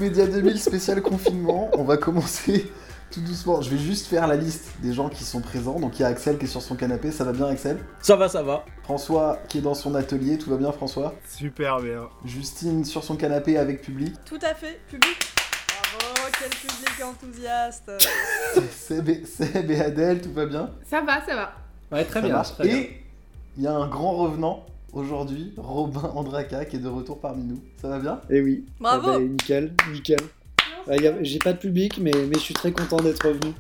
Média 2000 spécial confinement. On va commencer tout doucement. Je vais juste faire la liste des gens qui sont présents. Donc il y a Axel qui est sur son canapé. Ça va bien, Axel? Ça va. François qui est dans son atelier. Tout va bien, François? Super bien. Justine sur son canapé avec public. Tout à fait, public. Bravo, quel public enthousiaste. Seb et Adèle, tout va bien? Ça va. Ouais, très Ça bien. marche. Très bien. Et il y a un grand revenant aujourd'hui, Robin Andraka, qui est de retour parmi nous. Ça va bien? Eh oui. Bravo. Ah bah, nickel. J'ai pas de public, mais je suis très content d'être revenu.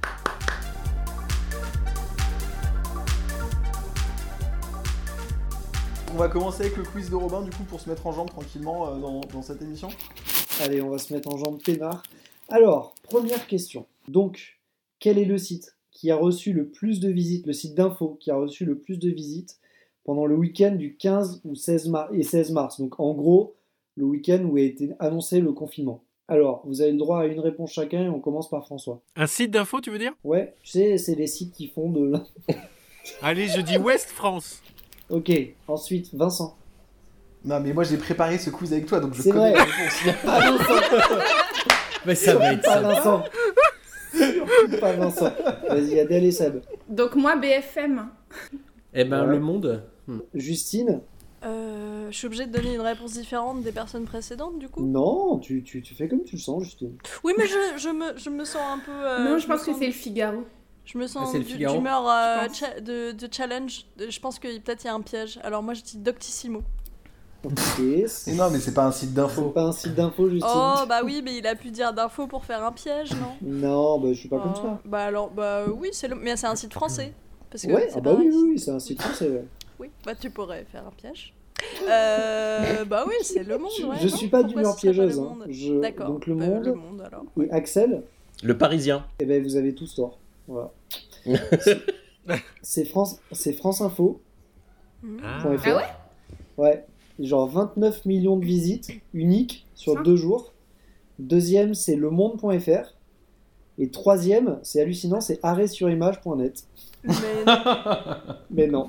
On va commencer avec le quiz de Robin, du coup, pour se mettre en jambe tranquillement dans cette émission. Allez, on va se mettre en jambe peinard. Alors, première question. Donc, quel est le site qui a reçu le plus de visites, le site d'info qui a reçu le plus de visites pendant le week-end du 15 ou 16 mars? Donc, en gros, le week-end où a été annoncé le confinement. Alors, vous avez le droit à une réponse chacun et on commence par François. Un site d'info, tu veux dire? Ouais, tu sais, c'est les sites qui font de l'info. Allez, je dis Ouest France. Ok, ensuite, Vincent. Non, mais moi j'ai préparé ce quiz avec toi, donc je C'est connais vrai. la réponse. Ah, Vincent. Mais ça va être Pas ça. Vincent. Surtout pas Vincent. Vas-y, Adèle et Seb. Donc moi, BFM. Eh ben, Ouais. Le Monde. Justine. Je suis obligée de donner une réponse différente des personnes précédentes, du coup? Non, tu fais comme tu le sens, Justine. Oui, mais je me sens un peu... Non, je pense que c'est le Figaro. Je me sens c'est le Figaro, d'humeur je pense. de challenge. Je pense que peut-être il y a un piège. Alors moi je dis Doctissimo. Ok, Et c'est non, mais c'est pas un site d'info. pas un site d'info, Justine. Oh bah oui, mais il a pu dire d'info pour faire un piège, non? Non, bah je suis pas comme Oh, ça. Bah alors, bah oui, mais c'est un site français. Parce que Ouais, c'est ah bah pareil. oui, c'est un site français. Ouais. Oui, bah tu pourrais faire un piège. Bah oui, c'est Le Monde, ouais. Je non suis pas Pourquoi d'humeur ce serait pas piégeuse. Le Hein. Monde D'accord. Donc le bah, monde, Le Monde alors. et Axel, Le Parisien. eh ben vous avez tous tort. Voilà. c'est France Info. Ah. .fr. Ah ouais. Ouais, genre 29 millions de visites uniques sur Ça. 2 jours. Deuxième, c'est lemonde.fr. Et troisième, c'est hallucinant, c'est arrêtsurimage.net. Mais Mais non.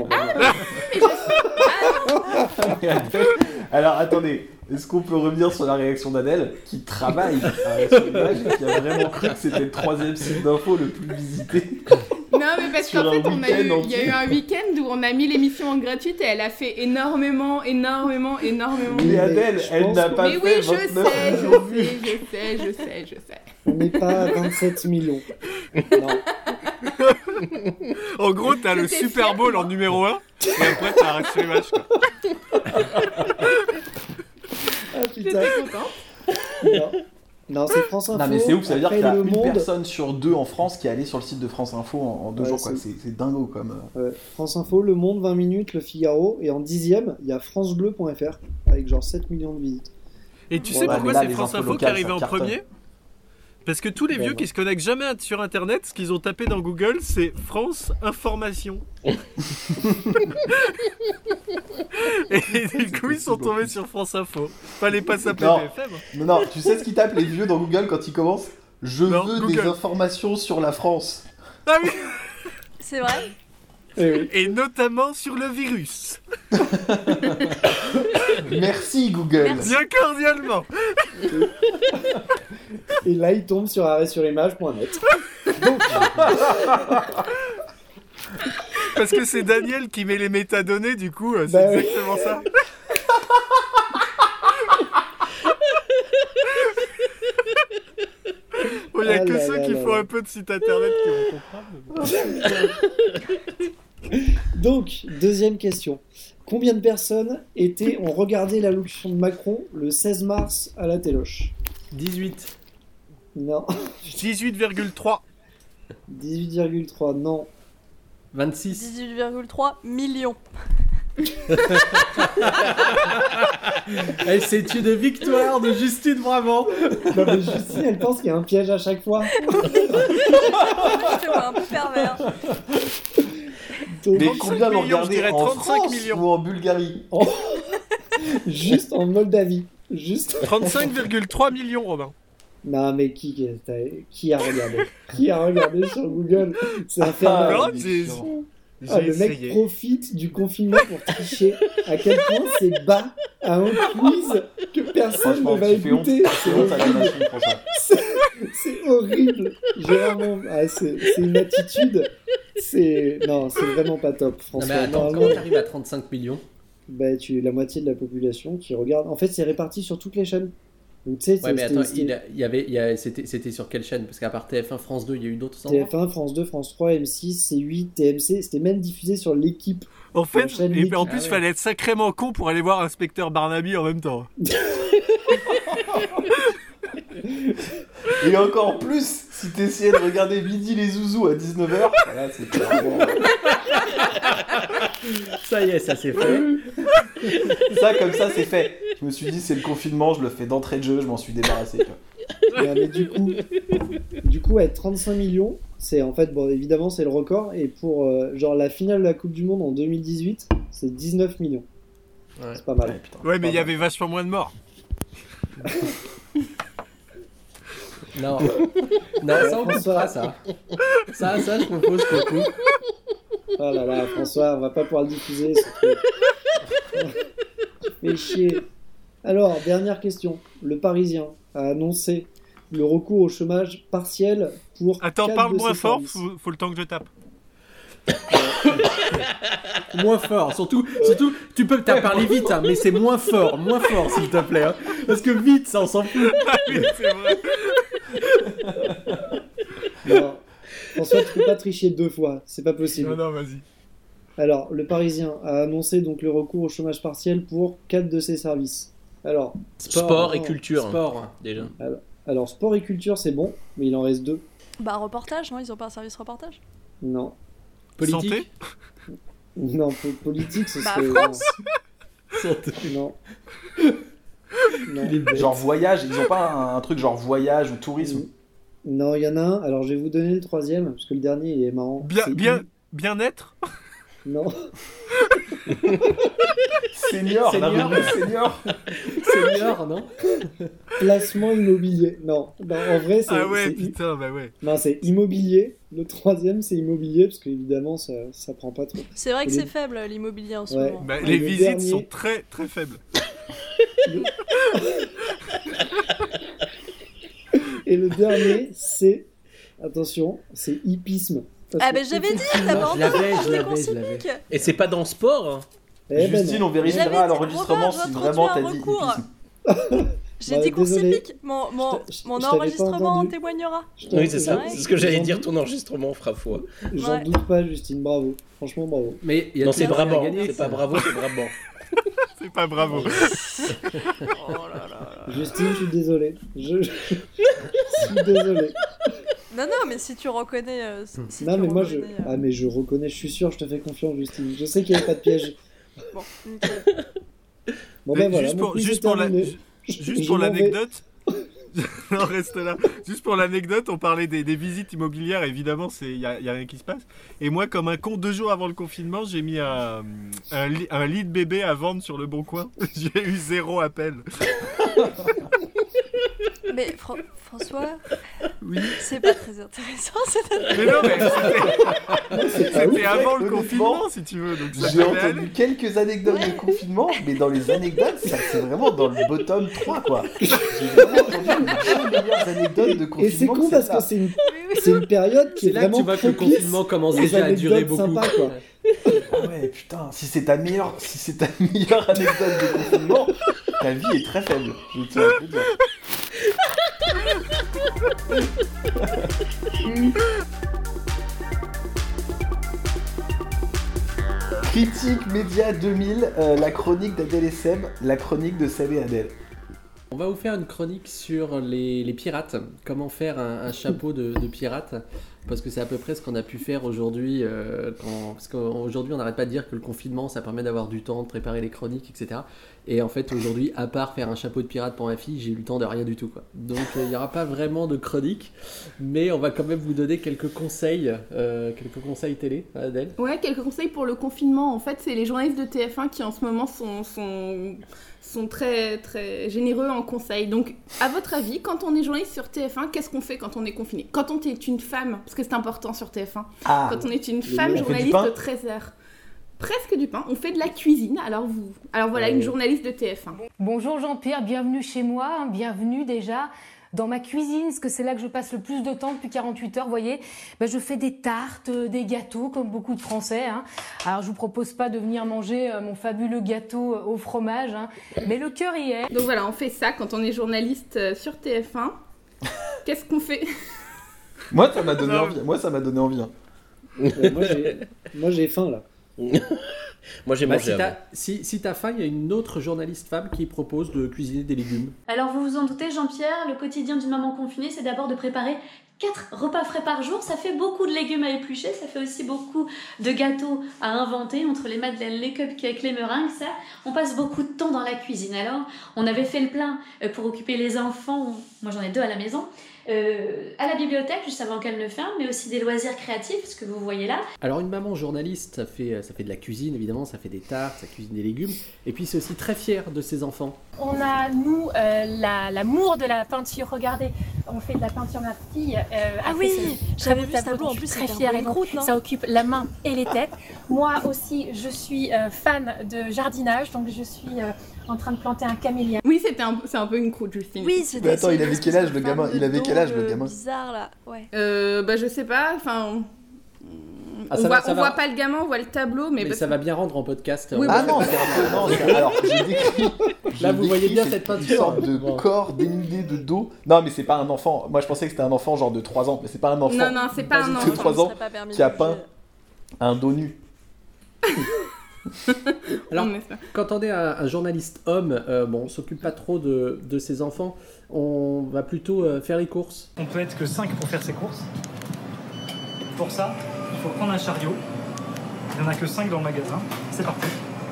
Alors attendez, est-ce qu'on peut revenir sur la réaction d'Adèle, qui travaille sur l'image et qui a vraiment cru que c'était le troisième site d'info le plus visité? Non, mais parce Sur qu'en un fait, week-end il y a entier. eu un week-end où on a mis l'émission en gratuite et elle a fait énormément. Oui, Mais Adèle, je elle pense n'a que- pas Mais fait oui, 29 millions de vues. je sais. On n'est pas à 27 millions. Non. En gros, t'as le J'étais Super fière, Bowl moi. en numéro 1, et après t'as arrêté sur les matchs. Ah putain. J'étais contente. Non, c'est France Info. Non mais c'est ouf, ça veut dire Après, qu'il y a Le une Monde, personne sur deux en France qui est allée sur le site de France Info en 2 Ouais, jours, quoi. c'est- C'est dingo comme... France Info, Le Monde, 20 minutes, Le Figaro. Et en 10e, il y a francebleu.fr avec genre 7 millions de visites. Et tu Bon, sais bah, pourquoi mais là, c'est les France infos Info qui locales, arrive ça en cartonne. premier? Parce que tous les Ben vieux non. qui se connectent jamais sur internet, ce qu'ils ont tapé dans Google, c'est France Information. Et du coup, ils sont tombés sur France Info. Fallait pas s'appeler Non. BFM. Non, tu sais ce qu'ils tapent les vieux dans Google quand ils commencent? Je Non, veux Google. des informations sur la France. Ah oui. c'est vrai? Eh oui. Et notamment sur le virus. Merci Google. Merci. Bien cordialement. Et là, il tombe sur arrêtsurimage.net. Parce que c'est Daniel qui met les métadonnées, du coup, c'est Bah oui. exactement ça. Bon, il n'y a Ah que là ceux là qui là font là. un peu de site internet qui vont comprendre. Donc, deuxième question. Combien de personnes ont regardé l'allocution de Macron le 16 mars à la téloche? 18. Non. 18,3. 18,3, non. 26. 18,3 millions. Eh, c'est une victoire de Justine, vraiment. Non, mais Justine, elle pense qu'il y a un piège à chaque fois. Je te vois un peu pervers. Donc, Mais 35 combien l'ont millions, je regardé dirais en 35 France millions. ou en Bulgarie? juste en Moldavie. Juste. 35,3 millions, Robin. Non, mais qui a regardé? Qui a regardé sur Google? C'est Ah, infernal. non, il est c'est- chiant. Ah, le mec essayé. profite du confinement pour tricher. À quel point c'est bas à un quiz que personne Franchement, ne va tu fais honte. écouter. Tu fais honte à la nation, François. C'est horrible. J'ai vraiment... c'est une attitude. Non, c'est vraiment pas top, Non, François. mais attends, Normalement, comment t'arrives à 35 millions? bah, tu es la moitié de la population qui regarde. En fait, c'est réparti sur toutes les chaînes. Donc, tu sais, Ouais, mais attends, c'était c'était sur quelle chaîne? Parce qu'à part TF1, France 2, il y a eu d'autres endroits. TF1, France 2, France 3, M6, C8, TMC. C'était même diffusé sur l'équipe. En fait, Enchaîne et Nick. en plus, Ah ouais. fallait être sacrément con pour aller voir Inspecteur Barnaby en même temps. Et encore plus, si t'essayais de regarder Midi les Zouzous à 19h, voilà, c'est clairement... Ça y est, ça c'est fait. Ça, comme ça, c'est fait. Je me suis dit, c'est le confinement, je le fais d'entrée de jeu, je m'en suis débarrassé. Tu vois. Ouais, mais du coup, être 35 millions, c'est en fait, bon, évidemment, c'est le record. Et pour genre la finale de la Coupe du Monde en 2018, c'est 19 millions. Ouais. C'est pas mal. Ouais, putain, Ouais, mais il y pas avait vachement moins de morts. Non. Non, ça on coupe pas, ça. Ça, je propose qu'on coupe. Oh là là, François, on va pas pouvoir le diffuser, ce truc. Fais chier. Alors, dernière question. Le Parisien a annoncé le recours au chômage partiel pour. Attends, 4 parle de moins ses fort, services. faut le temps que je tape. Moins fort, surtout, t'as parlé vite, hein, mais c'est moins fort, s'il te plaît. Hein, parce que vite, ça, on s'en fout. Ah oui, c'est vrai. Non. François, tu peux pas tricher 2 fois, c'est pas possible. Non, vas-y. Alors, le Parisien a annoncé donc le recours au chômage partiel pour 4 de ses services. Alors, Sport et non, culture. Sport, déjà. Alors, sport et culture, c'est bon, mais il en reste 2. Bah, reportage, non? Ils ont pas un service reportage? Non. Politique. Santé. Non, politique, ce Bah, serait. France. Santé. Non. Non. Il est bête. Genre voyage, ils ont pas un truc genre voyage ou tourisme? Non, il y en a un. Alors, je vais vous donner le 3e, parce que le dernier, il est marrant. C'est Bien-être. Non. Senior, la Senior. rubrique senior. Senior, non? Placement immobilier. Non, en vrai, c'est. Ah ouais, c'est putain, bah ouais. Non, c'est immobilier. Le 3e, c'est immobilier, parce qu'évidemment, ça prend pas trop. C'est vrai que Et c'est les- faible l'immobilier en ce Ouais. moment. Bah, Et les le visites dernier- sont très très faibles. Et le dernier, c'est. Attention, c'est hippisme. Parce Ah, que bah j'avais dit, effectivement- t'avais entendu je l'avais. conseiller. Et c'est pas dans le sport? Eh ben Justine, non. on vérifiera J'avais à dit, l'enregistrement Robin, si je vraiment dois t'as introduire dit un recours. hippisme. J'ai Ouais, dit course désolé. hippique. Mon Je t'avais pas enregistrement en entendu. témoignera. Oui, c'est ça. Ouais. C'est ce que j'allais J'en dire, doute- ton enregistrement fera foi. J'en Ouais. doute pas, Justine, bravo. Franchement, bravo. Mais il y a Non, tout c'est à faire à Brabant. gagner, C'est ça. pas bravo, c'est Brabant. C'est pas bravo. Oh là là. Justine, je suis désolé. Je suis désolé. Non, non, mais si tu reconnais. Si Non, tu mais moi, je. reconnais, Ah, mais je reconnais, je suis sûr, je te fais confiance, Justine. Je sais qu'il n'y avait pas de piège. Bon, nickel. Bon, Mais ben voilà. juste mon pour, quiz juste est pour la- terminé. juste Je pour m'en vais. l'anecdote. Non, reste là. Juste pour l'anecdote, on parlait des visites immobilières. Évidemment, il y a rien qui se passe. Et moi, comme un con, 2 jours avant le confinement, j'ai mis un lit de bébé à vendre sur le Bon Coin. J'ai eu 0 appel. Mais François, Oui. c'est pas très intéressant cette Mais non, mais C'est pas ouf. c'était avant le honnêtement, confinement, si tu veux. Donc ça J'ai devait entendu aller. quelques anecdotes de confinement, mais dans les anecdotes, ça c'est vraiment dans le bottom 3 quoi. J'ai vraiment entendu les bien meilleures anecdotes de confinement. Et c'est con parce que celle-là. c'est une période qui C'est est là que vraiment tu vois que le propice confinement commence aux déjà à durer anecdotes beaucoup. sympas, quoi. Ah ouais, putain, si c'est ta meilleure anecdote de confinement, ta vie est très faible. Je tiens à te le dire. Critique Média 2000, la chronique d'Adèle et Seb, la chronique de Seb et Adèle. On va vous faire une chronique sur les pirates, comment faire un chapeau de pirate, parce que c'est à peu près ce qu'on a pu faire aujourd'hui, parce qu'aujourd'hui on n'arrête pas de dire que le confinement ça permet d'avoir du temps de préparer les chroniques, etc. Et en fait aujourd'hui, à part faire un chapeau de pirate pour ma fille, j'ai eu le temps de rien du tout, quoi. Donc il n'y aura pas vraiment de chronique, mais on va quand même vous donner quelques conseils télé, Adèle. Ouais, quelques conseils pour le confinement. En fait, c'est les journalistes de TF1 qui en ce moment sont sont très, très généreux en conseils. Donc, à votre avis, quand on est journaliste sur TF1, qu'est-ce qu'on fait quand on est confiné ? Quand on est une femme, parce que c'est important sur TF1, quand on est une femme journaliste de 13h, presque du pain, on fait de la cuisine. Alors voilà, une journaliste de TF1. Bonjour Jean-Pierre, bienvenue chez moi, bienvenue déjà dans ma cuisine, parce que c'est là que je passe le plus de temps depuis 48 heures, vous voyez. Je fais des tartes, des gâteaux, comme beaucoup de Français. Alors je vous propose pas de venir manger mon fabuleux gâteau au fromage, mais le cœur y est. Donc voilà, on fait ça quand on est journaliste sur TF1. Qu'est-ce qu'on fait ? Moi, ça m'a donné envie. Moi, j'ai faim, là. Moi j'ai mangé avant. Si t'as faim, il y a une autre journaliste femme qui propose de cuisiner des légumes. Alors vous vous en doutez, Jean-Pierre, le quotidien d'une maman confinée, c'est d'abord de préparer 4 repas frais par jour. Ça fait beaucoup de légumes à éplucher, ça fait aussi beaucoup de gâteaux à inventer, entre les madeleines, les cupcakes, les meringues, ça. On passe beaucoup de temps dans la cuisine. Alors, on avait fait le plein pour occuper les enfants, moi j'en ai 2 à la maison, à la bibliothèque juste avant qu'elle ne ferme, mais aussi des loisirs créatifs, ce que vous voyez là. Alors une maman journaliste, ça fait de la cuisine évidemment, ça fait des tartes, ça cuisine des légumes, et puis c'est aussi très fier de ses enfants. On a nous l'amour de la peinture, regardez, on fait de la peinture, ma fille. Ah oui, j'avais vu ce tableau, en plus très fière, et donc ça occupe la main et les têtes. Moi aussi, je suis fan de jardinage, donc je suis en train de planter un camélia. Oui, c'est un peu une croûte, Justine. Oui, c'était. Mais attends, il avait quel âge le gamin ? Bizarre là, ouais. Je sais pas, enfin. On voit pas le gamin, on voit le tableau, mais ça va bien rendre en podcast. Oui, non, alors j'ai décrit. Là, vous voyez bien cette peinture. Une sorte de corps dénudé de dos. Non, mais c'est pas un enfant. Moi, je pensais que c'était un enfant genre de 3 ans, mais c'est pas un enfant. Non, c'est pas un enfant de 3 ans qui a peint un dos nu. Alors, quand on est un journaliste homme, on s'occupe pas trop de ses enfants, on va plutôt faire les courses. On peut être que 5 pour faire ses courses. Pour ça, il faut prendre un chariot. Il n'y en a que 5 dans le magasin. C'est parti.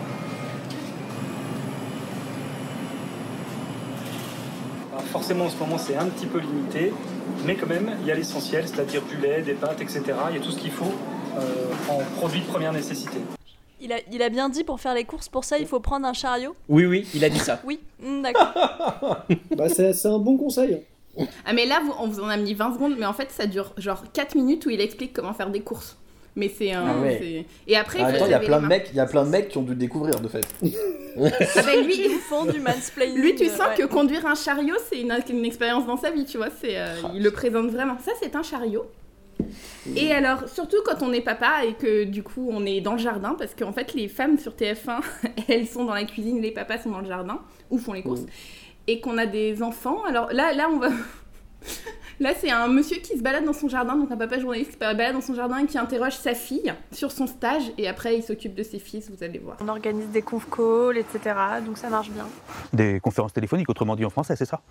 Alors forcément, en ce moment, c'est un petit peu limité, mais quand même, il y a l'essentiel, c'est-à-dire du lait, des pâtes, etc. Il y a tout ce qu'il faut en produits de première nécessité. Il a bien dit pour faire les courses, pour ça il faut prendre un chariot. Oui, il a dit ça. Oui, d'accord. C'est un bon conseil. Ah mais là, on vous en a mis 20 secondes, mais en fait ça dure genre 4 minutes où il explique comment faire des courses. Mais c'est un... Et après, il y a plein de mecs qui ont dû le découvrir de fait. Lui, ils vous font du mansplaining. Lui, tu sens que conduire un chariot, c'est une expérience dans sa vie, tu vois. Il le présente vraiment. Ça, c'est un chariot. Et alors, surtout quand on est papa et que du coup on est dans le jardin, parce qu'en fait les femmes sur TF1, elles sont dans la cuisine, les papas sont dans le jardin ou font les courses, et qu'on a des enfants. Alors là on va... Là c'est un monsieur qui se balade dans son jardin, donc un papa journaliste qui se balade dans son jardin et qui interroge sa fille sur son stage, et après il s'occupe de ses fils, vous allez voir. On organise des conf calls, etc. Donc ça marche bien. Des conférences téléphoniques, autrement dit en français, c'est ça.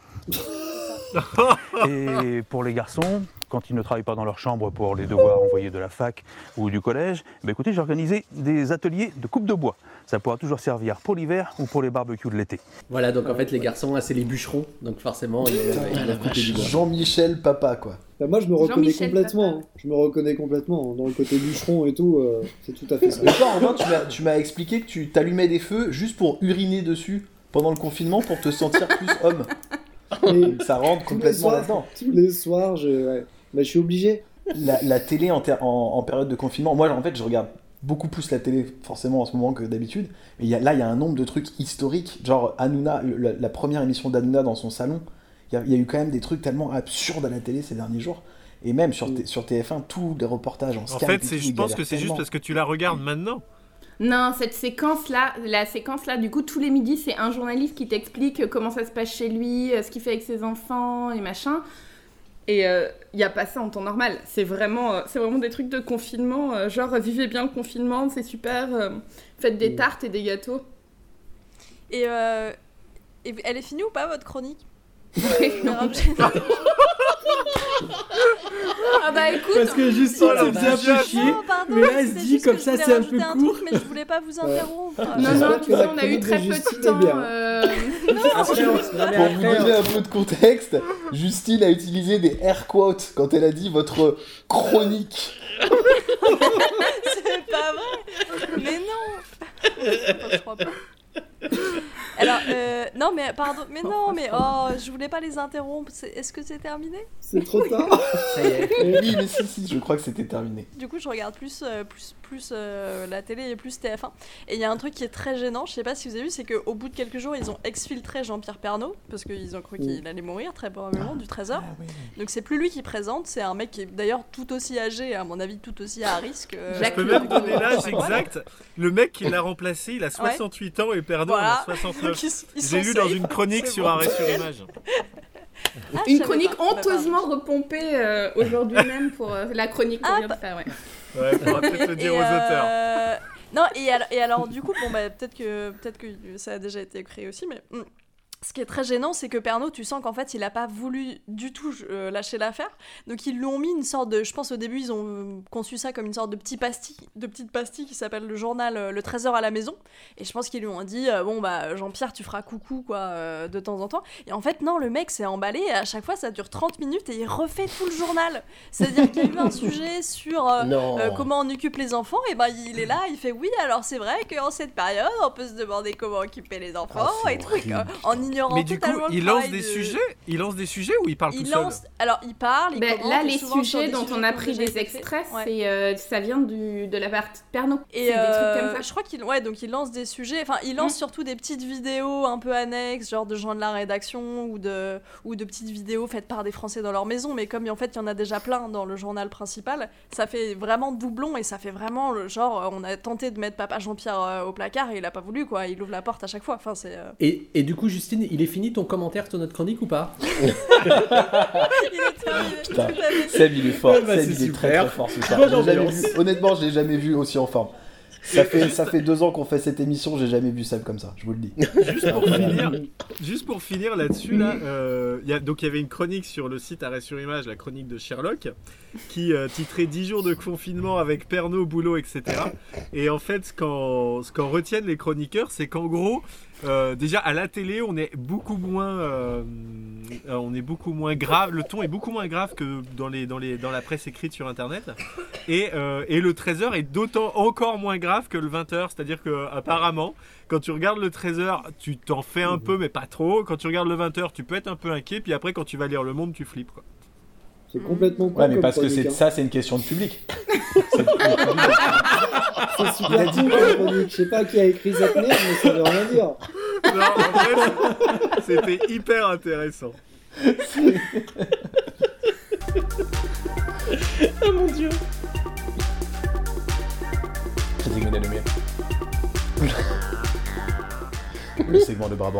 Et pour les garçons, quand ils ne travaillent pas dans leur chambre pour les devoirs envoyés de la fac ou du collège, écoutez, j'ai organisé des ateliers de coupe de bois. Ça pourra toujours servir pour l'hiver ou pour les barbecues de l'été. Voilà, donc en fait les garçons, c'est les bûcherons, donc forcément il a coupé du bois. Jean-Michel Papa, quoi. Moi je me reconnais complètement. Je me reconnais complètement dans le côté bûcheron et tout, c'est tout à fait ça. Mais toi, Romain, tu m'as expliqué que tu t'allumais des feux juste pour uriner dessus pendant le confinement pour te sentir plus homme. Et ça rentre complètement là-dedans. Tous les soirs, je suis obligé. La télé en période de confinement, moi en fait je regarde beaucoup plus la télé forcément en ce moment que d'habitude, mais il y a un nombre de trucs historiques, genre Hanouna, la première émission d'Hanouna dans son salon, il y a eu quand même des trucs tellement absurdes à la télé ces derniers jours, et même sur TF1, tous les reportages en Skype. En fait, je pense que c'est juste parce que tu la regardes maintenant. Non, cette séquence-là, du coup, tous les midis, c'est un journaliste qui t'explique comment ça se passe chez lui, ce qu'il fait avec ses enfants et machin. Et il n'y a pas ça en temps normal. C'est vraiment des trucs de confinement, genre vivez bien le confinement, c'est super, faites des tartes et des gâteaux. Et elle est finie ou pas, votre chronique? Ah bah écoute, parce que Justine s'est bien fait chier, mais là elle se dit comme ça c'est un peu court. Mais je voulais pas vous interrompre. Non, tu sais, on a eu très peu de temps. Pour vous donner un peu de contexte, Justine a utilisé des air quotes quand elle a dit votre chronique. C'est pas vrai. Mais non. Je crois pas. Alors, non, mais pardon, mais non, mais je voulais pas les interrompre. Est-ce que c'est terminé ? C'est trop tard. Ça y est. Oui, mais si, je crois que c'était terminé. Du coup, je regarde plus la télé et plus TF1. Et il y a un truc qui est très gênant, je sais pas si vous avez vu, c'est qu'au bout de quelques jours, ils ont exfiltré Jean-Pierre Pernaut, parce qu'ils ont cru qu'il allait mourir, très probablement, du Trésor. Ah, oui. Donc c'est plus lui qui présente, c'est un mec qui est d'ailleurs tout aussi âgé, à mon avis, tout aussi à risque. Je peux même donner l'âge exact. Le mec qui l'a remplacé, il a 68 ans et Pernaut en a 69. J'ai lu dans une chronique sur Arrêt sur Image. Une chronique honteusement repompée aujourd'hui même pour la chronique qu'on vient de faire, Ouais, faudra peut-être le dire aux auteurs. Non, et alors du coup, peut-être que ça a déjà été créé aussi, mais ce qui est très gênant, c'est que Pernaut, tu sens qu'en fait, il a pas voulu du tout lâcher l'affaire. Donc ils lui ont mis une sorte de, je pense au début, ils ont conçu ça comme une sorte de petite pastille qui s'appelle le journal Le Trésor à la maison. Et je pense qu'ils lui ont dit, Jean-Pierre, tu feras coucou quoi de temps en temps. Et en fait, non, le mec s'est emballé. Et à chaque fois, ça dure 30 minutes et il refait tout le journal. C'est-à-dire qu'il y a eu un sujet sur comment on occupe les enfants. Et il est là, il fait oui. Alors c'est vrai qu'en cette période, on peut se demander comment occuper les enfants et tout. En ignorant mais du coup, il lance des sujets ou il parle tout seul ? Alors, il parle, là, les sujets dont on a pris des extraits, ça vient de la partie de Pernaut. Et c'est des trucs comme ça. Je crois qu'il lance des sujets, enfin, il lance surtout des petites vidéos un peu annexes, genre de gens de la rédaction ou de petites vidéos faites par des Français dans leur maison, mais comme en fait, il y en a déjà plein dans le journal principal, ça fait vraiment doublon et ça fait vraiment le genre, on a tenté de mettre Papa Jean-Pierre au placard et il a pas voulu, quoi. Il ouvre la porte à chaque fois. Enfin, c'est. Et du coup, Justine, il est fini ton commentaire sur notre chronique ou pas ? Il est terminé. Putain, Seb il est fort, Seb il est très fort ce soir. Honnêtement, je l'ai jamais vu aussi en forme. Ça fait 2 ans qu'on fait cette émission, j'ai jamais vu Seb comme ça, je vous le dis. Juste pour finir là-dessus, il y avait une chronique sur le site Arrêt sur Image, la chronique de Sherlock, qui titrait 10 jours de confinement avec Pernaut, Boulot, etc. Et en fait, ce qu'en retiennent les chroniqueurs, c'est qu'en gros, déjà à la télé, on est beaucoup moins grave, le ton est beaucoup moins grave que dans la presse écrite sur Internet. Et le 13h est d'autant encore moins grave que le 20h, c'est-à-dire que apparemment, quand tu regardes le 13h, tu t'en fais un peu, mais pas trop. Quand tu regardes le 20h, tu peux être un peu inquiet. Puis après, quand tu vas lire Le Monde, tu flippes, quoi. C'est complètement con. Ouais, mais parce que c'est une question de public. C'est super cool comme chronique. Je sais pas qui a écrit cette merde, mais ça veut rien dire. Non, en fait, c'était hyper intéressant. Oh mon Dieu. Critique Média 2000. Le segment de Brabant.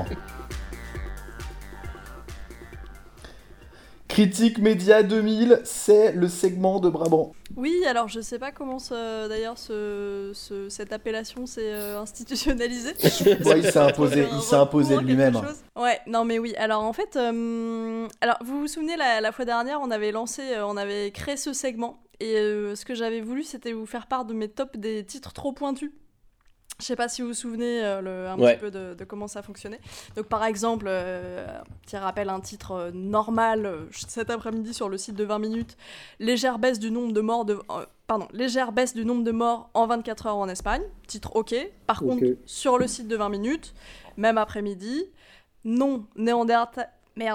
Critique Média 2000, c'est le segment de Brabant. Oui, alors je sais pas comment d'ailleurs cette appellation s'est institutionnalisée. Ouais, il s'est imposé lui-même. Ouais, non mais oui, alors en fait, alors vous vous souvenez la fois dernière, on avait créé ce segment, et ce que j'avais voulu, c'était vous faire part de mes tops des titres trop pointus. Je sais pas si vous vous souvenez petit peu de comment ça fonctionnait. Donc par exemple, petit rappel, un titre normal cet après-midi sur le site de 20 minutes, légère baisse du nombre de morts en 24 heures en Espagne. Titre OK. Par contre, sur le site de 20 minutes, même après-midi, non, Néandertal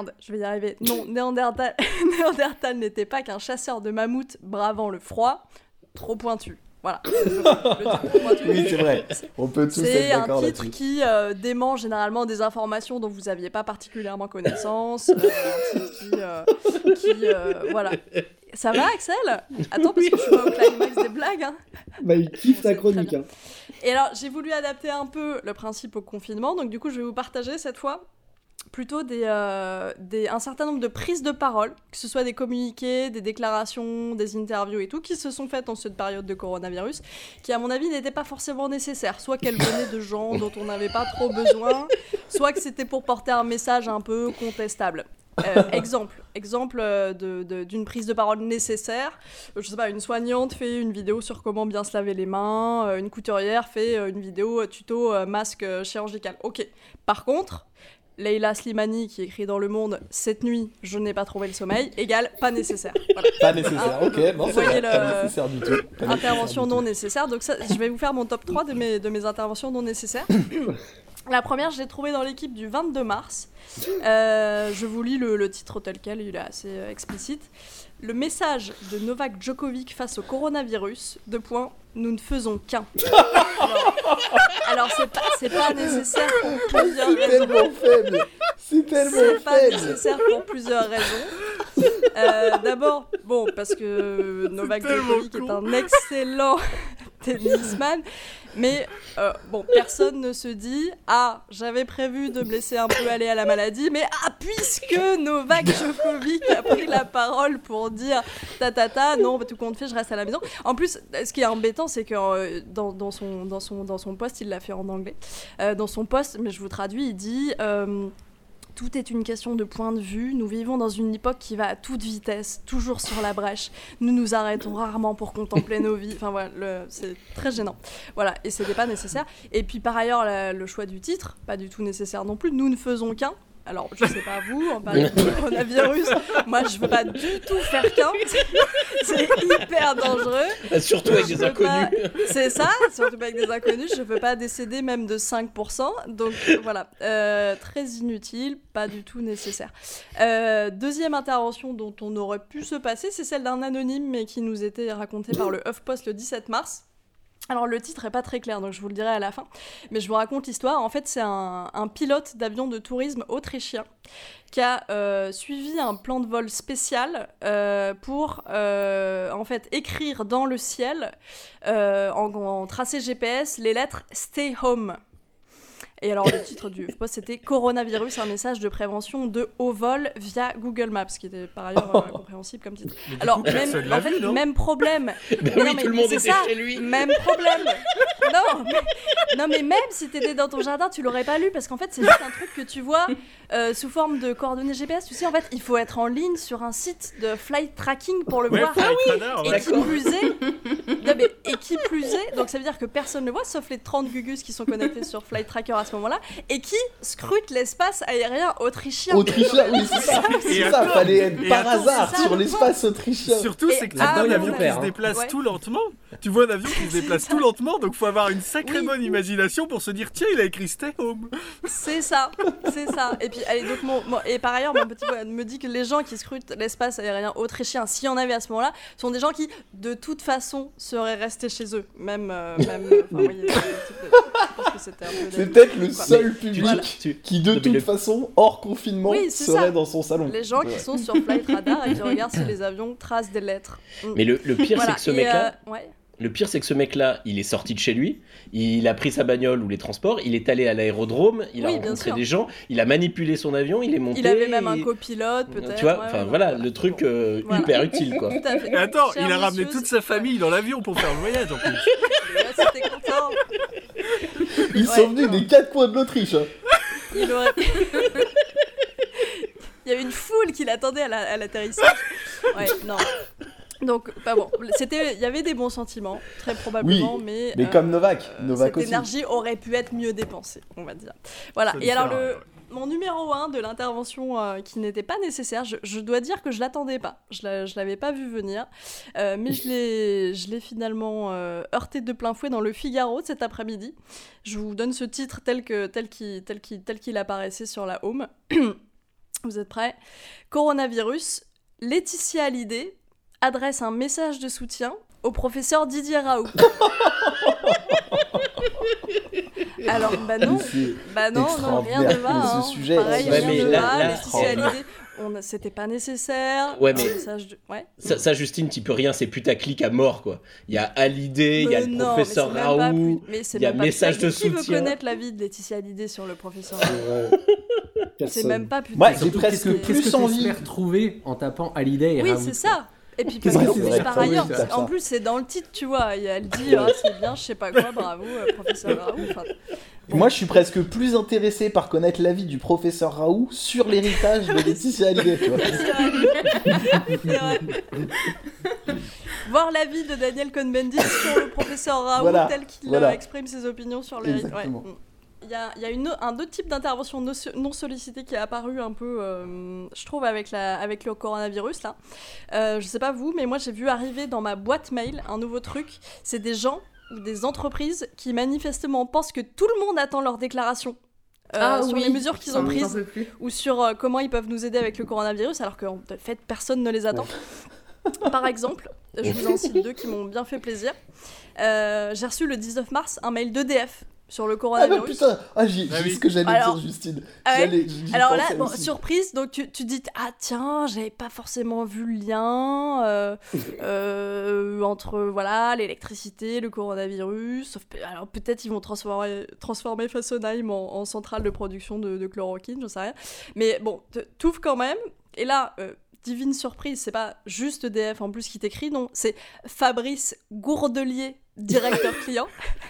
n'était pas qu'un chasseur de mammouths bravant le froid, trop pointu. Voilà. Oui, c'est vrai. On peut tous être d'accord là-dessus. C'est un titre qui dément généralement des informations dont vous n'aviez pas particulièrement connaissance. Un titre qui voilà. Ça va, Axel ? Attends, parce que je suis pas au climax des blagues. Hein. Bah, il kiffe ta chronique. Hein. Et alors, j'ai voulu adapter un peu le principe au confinement. Donc, du coup, je vais vous partager cette fois plutôt un certain nombre de prises de parole, que ce soit des communiqués, des déclarations, des interviews et tout, qui se sont faites en cette période de coronavirus, qui à mon avis n'étaient pas forcément nécessaires, soit qu'elles venaient de gens dont on n'avait pas trop besoin, soit que c'était pour porter un message un peu contestable. Exemple d'une prise de parole nécessaire. Je sais pas, une soignante fait une vidéo sur comment bien se laver les mains, une couturière fait une vidéo tuto masque chirurgical. Ok. Par contre, Leïla Slimani qui écrit dans Le Monde « Cette nuit, je n'ai pas trouvé le sommeil » égale pas nécessaire. Voilà. Pas nécessaire, ok. Non, c'est pas nécessaire du tout. Intervention non nécessaire. Donc ça, je vais vous faire mon top 3 de mes interventions non nécessaires. La première, je l'ai trouvée dans l'équipe du 22 mars. Je vous lis le titre tel quel, il est assez explicite. Le message de Novak Djokovic face au coronavirus, : nous ne faisons qu'un. Alors c'est pas nécessaire pour plusieurs raisons. C'est tellement faible. C'est pas nécessaire pour plusieurs raisons. D'abord, parce que Novak Djokovic est un excellent tennisman, mais personne ne se dit « Ah, j'avais prévu de me laisser un peu aller à la maladie, mais puisque Novak Djokovic a pris la parole pour dire non, tout compte fait, je reste à la maison. » En plus, ce qui est embêtant, c'est que dans son post, il l'a fait en anglais, dans son post, mais je vous traduis, il dit tout est une question de point de vue. Nous vivons dans une époque qui va à toute vitesse, toujours sur la brèche. Nous nous arrêtons rarement pour contempler nos vies. Enfin voilà, c'est très gênant. Voilà, et c'était pas nécessaire. Et puis par ailleurs, le choix du titre, pas du tout nécessaire non plus. Nous ne faisons qu'un. Alors, je sais pas vous, en parlant du coronavirus, moi je veux pas du tout faire qu'un. C'est hyper dangereux. Surtout avec des inconnus. C'est ça, surtout avec des inconnus. Je veux pas décéder même de 5%. Donc voilà, très inutile, pas du tout nécessaire. Deuxième intervention dont on aurait pu se passer, c'est celle d'un anonyme, mais qui nous était racontée par le HuffPost le 17 mars. Alors le titre est pas très clair, donc je vous le dirai à la fin, mais je vous raconte l'histoire. En fait, c'est un pilote d'avion de tourisme autrichien qui a suivi un plan de vol spécial pour en fait écrire dans le ciel en tracé GPS les lettres « Stay home ». Et alors le titre du post c'était « Coronavirus, un message de prévention de haut vol via Google Maps » ce qui était par ailleurs compréhensible comme titre. Alors même problème. Non, tout le monde était chez lui. Même problème. Non mais même si t'étais dans ton jardin, tu l'aurais pas lu parce qu'en fait c'est juste un truc que tu vois sous forme de coordonnées GPS. Tu sais, en fait, il faut être en ligne sur un site de flight tracking pour le voir. Et qui plus est, donc ça veut dire que personne ne le voit sauf les 30 gugus qui sont connectés sur Flight Tracker à ce moment-là et qui scrutent l'espace aérien autrichien. Autrichien, oui, c'est ça. C'est ça, fallait être par hasard sur l'espace autrichien. Surtout, c'est que tu vois un avion qui se déplace tout lentement. Tu vois un avion qui se déplace tout lentement, donc faut avoir une sacrée bonne imagination pour se dire tiens, il a écrit Stay Home. C'est ça. Et puis, allez, donc et par ailleurs, mon petit pote me dit que les gens qui scrutent l'espace aérien autrichien, s'il y en avait à ce moment-là, sont des gens qui, de toute façon, seraient restés chez eux. Même voyez, je pense que c'était un peu c'est peut-être le seul public qui, de toute façon, hors confinement, serait dans son salon. Les gens qui sont sur Flight Radar et qui regardent si les avions tracent des lettres. Mais le pire, c'est que ce mec-là... Le pire, c'est que ce mec-là, il est sorti de chez lui, il a pris sa bagnole ou les transports, il est allé à l'aérodrome, il a rencontré des gens, il a manipulé son avion, il est monté... Il avait même un copilote, peut-être. Tu vois, le truc hyper utile, quoi. Tout à fait. Et attends, il a ramené toute sa famille dans l'avion pour faire le voyage, en plus. C'était content. Ils sont venus des 4 coins de l'Autriche. Il y avait une foule qui l'attendait à l'atterrissage. Ouais, non... Donc, il y avait des bons sentiments, très probablement, mais comme Novak cette aussi. Énergie aurait pu être mieux dépensée, on va dire. Voilà, et alors mon numéro 1 de l'intervention qui n'était pas nécessaire, je dois dire que je l'attendais pas, je l'avais pas vu venir, mais je l'ai finalement heurté de plein fouet dans le Figaro de cet après-midi. Je vous donne ce titre tel qu'il apparaissait sur la home. Vous êtes prêts ? Coronavirus, Laetitia Hallyday adresse un message de soutien au professeur Didier Raoult. Alors, non, rien ne va. Ce sujet, pareil, rien ne va. Laetitia Hallyday, c'était pas nécessaire. Ouais, mais ça, Justine, tu peux rien, c'est putaclic à mort, quoi. Il y a Hallyday, il y a le professeur Raoult, il y a message de soutien. Qui veut connaître la vie de Laetitia Hallyday sur le professeur Raoult? C'est même pas putaclic. Ouais, j'ai presque plus envie de retrouver en tapant Hallyday et Raoult. Oui, c'est ça. Et puis parce que par ailleurs, en plus c'est dans le titre, tu vois, elle dit c'est bien, je sais pas quoi, bravo, professeur Raoult. Moi je suis presque plus intéressé par connaître l'avis du professeur Raoult sur l'héritage de Laetitia Hallyday, tu vois. C'est vrai. Voir l'avis de Daniel Cohn-Bendit sur le professeur Raoult tel qu'il exprime ses opinions sur l'héritage. Il y a un autre type d'intervention non sollicitée qui est apparu un peu, je trouve, avec le coronavirus, là. Je sais pas vous, mais moi j'ai vu arriver dans ma boîte mail un nouveau truc. C'est des gens ou des entreprises qui manifestement pensent que tout le monde attend leur déclaration sur les mesures qu'ils ont prises ou sur comment ils peuvent nous aider avec le coronavirus, alors qu'en fait, personne ne les attend. Par exemple, je vous en cite 2 qui m'ont bien fait plaisir. J'ai reçu le 19 mars un mail d'EDF sur le coronavirus. Ah bah putain, j'ai ce que j'allais dire, Justine. Alors là, surprise, donc tu dis tiens, j'avais pas forcément vu le lien entre l'électricité, le coronavirus. Alors peut-être ils vont transformer Fessenheim en centrale de production de chloroquine, j'en sais rien. Mais bon, t'ouvres quand même. Et là, divine surprise, c'est pas juste EDF en plus qui t'écrit, non, c'est Fabrice Gourdelier, directeur client.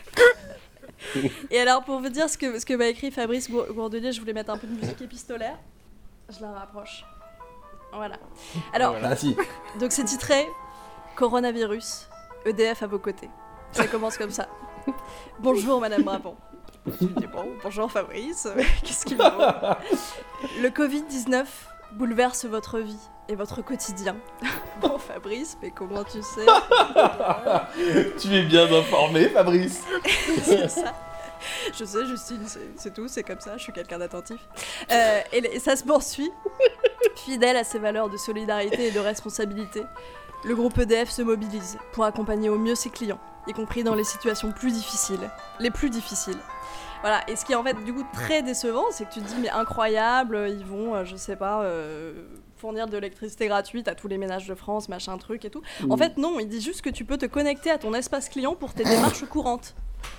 Et alors, pour vous dire ce que m'a écrit Fabrice Gourdelier, je voulais mettre un peu de musique épistolaire. Je la rapproche. Voilà. Alors, donc c'est titré Coronavirus, EDF à vos côtés. Ça commence comme ça. Bonjour Madame Brabant. Je dis bonjour Fabrice, qu'est-ce qu'il faut ? Le Covid-19 bouleverse votre vie et votre quotidien. Bon Fabrice, mais comment tu sais ? Tu es bien informé, Fabrice. C'est ça. Je sais, Justine, c'est tout, c'est comme ça, je suis quelqu'un d'attentif. Et ça se poursuit. Fidèle à ses valeurs de solidarité et de responsabilité, le groupe EDF se mobilise pour accompagner au mieux ses clients, y compris dans les situations les plus difficiles. Voilà, et ce qui est en fait du coup très décevant, c'est que tu te dis mais incroyable, ils vont, je sais pas, fournir de l'électricité gratuite à tous les ménages de France, machin truc et tout. En fait non, ils disent juste que tu peux te connecter à ton espace client pour tes démarches courantes.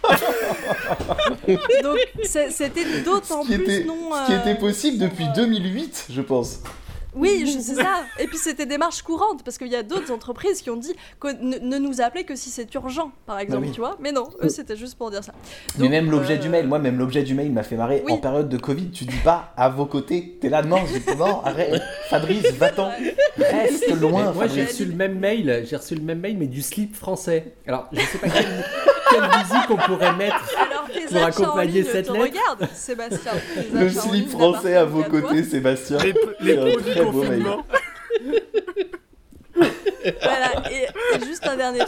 Donc c'était d'autant plus non... Ce qui était possible depuis 2008, je pense. Oui, c'est ça. Et puis c'était démarche courante, parce qu'il y a d'autres entreprises qui ont dit que ne nous appelez que si c'est urgent, par exemple, tu vois. Mais non, eux c'était juste pour dire ça. Donc, mais même l'objet du mail, l'objet du mail m'a fait marrer. Oui. En période de Covid, tu dis pas à vos côtés, t'es là, non, arrête, Fabrice, va-t'en, reste loin. Moi j'ai reçu le même mail, mais du slip français. Alors je sais pas quelle musique on pourrait mettre pour accompagner cette lettre. Regarde, Sébastien. Le slip français à vos côtés, Sébastien. Les produits confinement. Voilà, et juste un dernier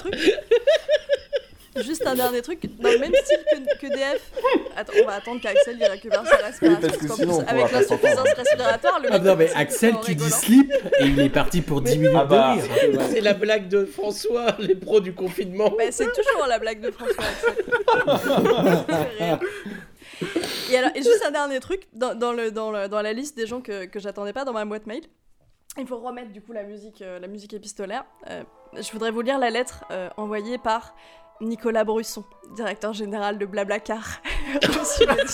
truc, dans le même style que DF. Attends, on va attendre qu'Axel il récupère sa respiration. Avec l'insuffisance respiratoire, le mec. Non, mais Axel qui dit slip et il est parti pour 10 minutes de rire. C'est la blague de François, les pros du confinement. Mais c'est toujours la blague de François, Axel. Et juste un dernier truc, dans la liste des gens que j'attendais pas dans ma boîte mail, il faut remettre du coup la musique épistolaire. Je voudrais vous lire la lettre envoyée par Nicolas Brusson, directeur général de Blablacar, reçu le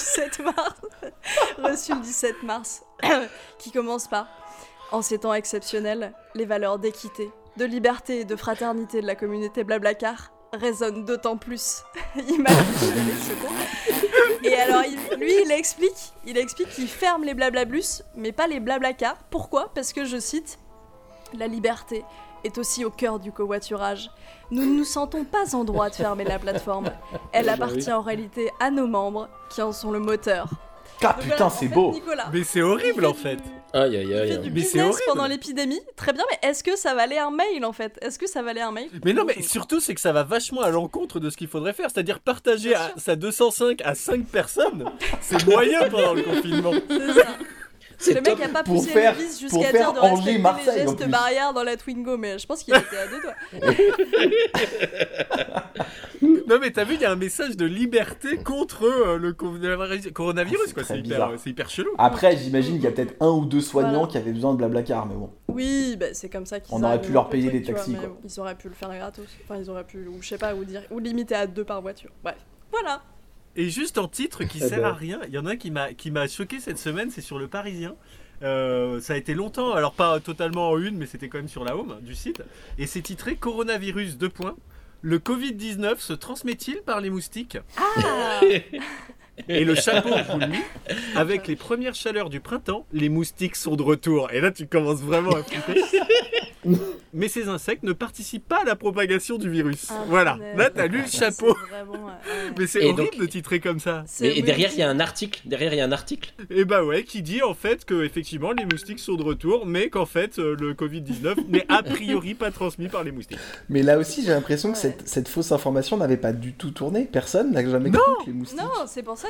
17 mars, qui commence par « En ces temps exceptionnels, les valeurs d'équité, de liberté et de fraternité de la communauté Blablacar résonnent d'autant plus. » Il m'a dit les secours. Et alors, il explique qu'il ferme les Blablablus, mais pas les Blablacar. Pourquoi ? Parce que, je cite, « La liberté est aussi au cœur du covoiturage. Nous ne nous sentons pas en droit de fermer la plateforme. Elle appartient en réalité à nos membres, qui en sont le moteur. » Ah putain, voilà, c'est beau. Nicolas, mais c'est horrible en fait. Aïe aïe aïe. Il fait du business pendant l'épidémie, très bien, mais est-ce que ça valait un mail en fait ? Mais non, mais surtout c'est que ça va vachement à l'encontre de ce qu'il faudrait faire, c'est-à-dire partager sa 205 à 5 personnes, c'est moyen pendant le confinement. C'est ça. Le mec n'a pas poussé le vis jusqu'à dire de respecter les gestes barrières dans la Twingo, mais je pense qu'il était à 2 doigts. Non mais t'as vu, il y a un message de liberté contre le coronavirus, quoi. C'est hyper chelou. Après, j'imagine qu'il y a peut-être 1 ou 2 soignants qui avaient besoin de Blablacar, mais bon. Oui, bah, c'est comme ça qu'ils on aurait pu leur payer des taxis, quoi. Ils auraient pu le faire gratos. Enfin, ils auraient pu, ou je sais pas, ou limiter à 2 par voiture. Bref, voilà. Et juste en titre qui sert à rien, il y en a un qui m'a choqué cette semaine, c'est sur Le Parisien. Ça a été longtemps, alors pas totalement en une, mais c'était quand même sur la home du site. Et c'est titré Coronavirus : le Covid-19 se transmet-il par les moustiques ? Et le chapeau, je vous le lis, avec les premières chaleurs du printemps, les moustiques sont de retour. Et là, tu commences vraiment à flipper. Mais ces insectes ne participent pas à la propagation du virus. Voilà, là, t'as lu le chapeau. Mais c'est horrible de titrer comme ça. Et derrière, il y a un article. Et bah ouais, qui dit en fait que effectivement les moustiques sont de retour, mais qu'en fait, le Covid-19 n'est a priori pas transmis par les moustiques. Mais là aussi, j'ai l'impression que cette fausse information n'avait pas du tout tourné. Personne n'a jamais cru que les moustiques... Non, c'est pour ça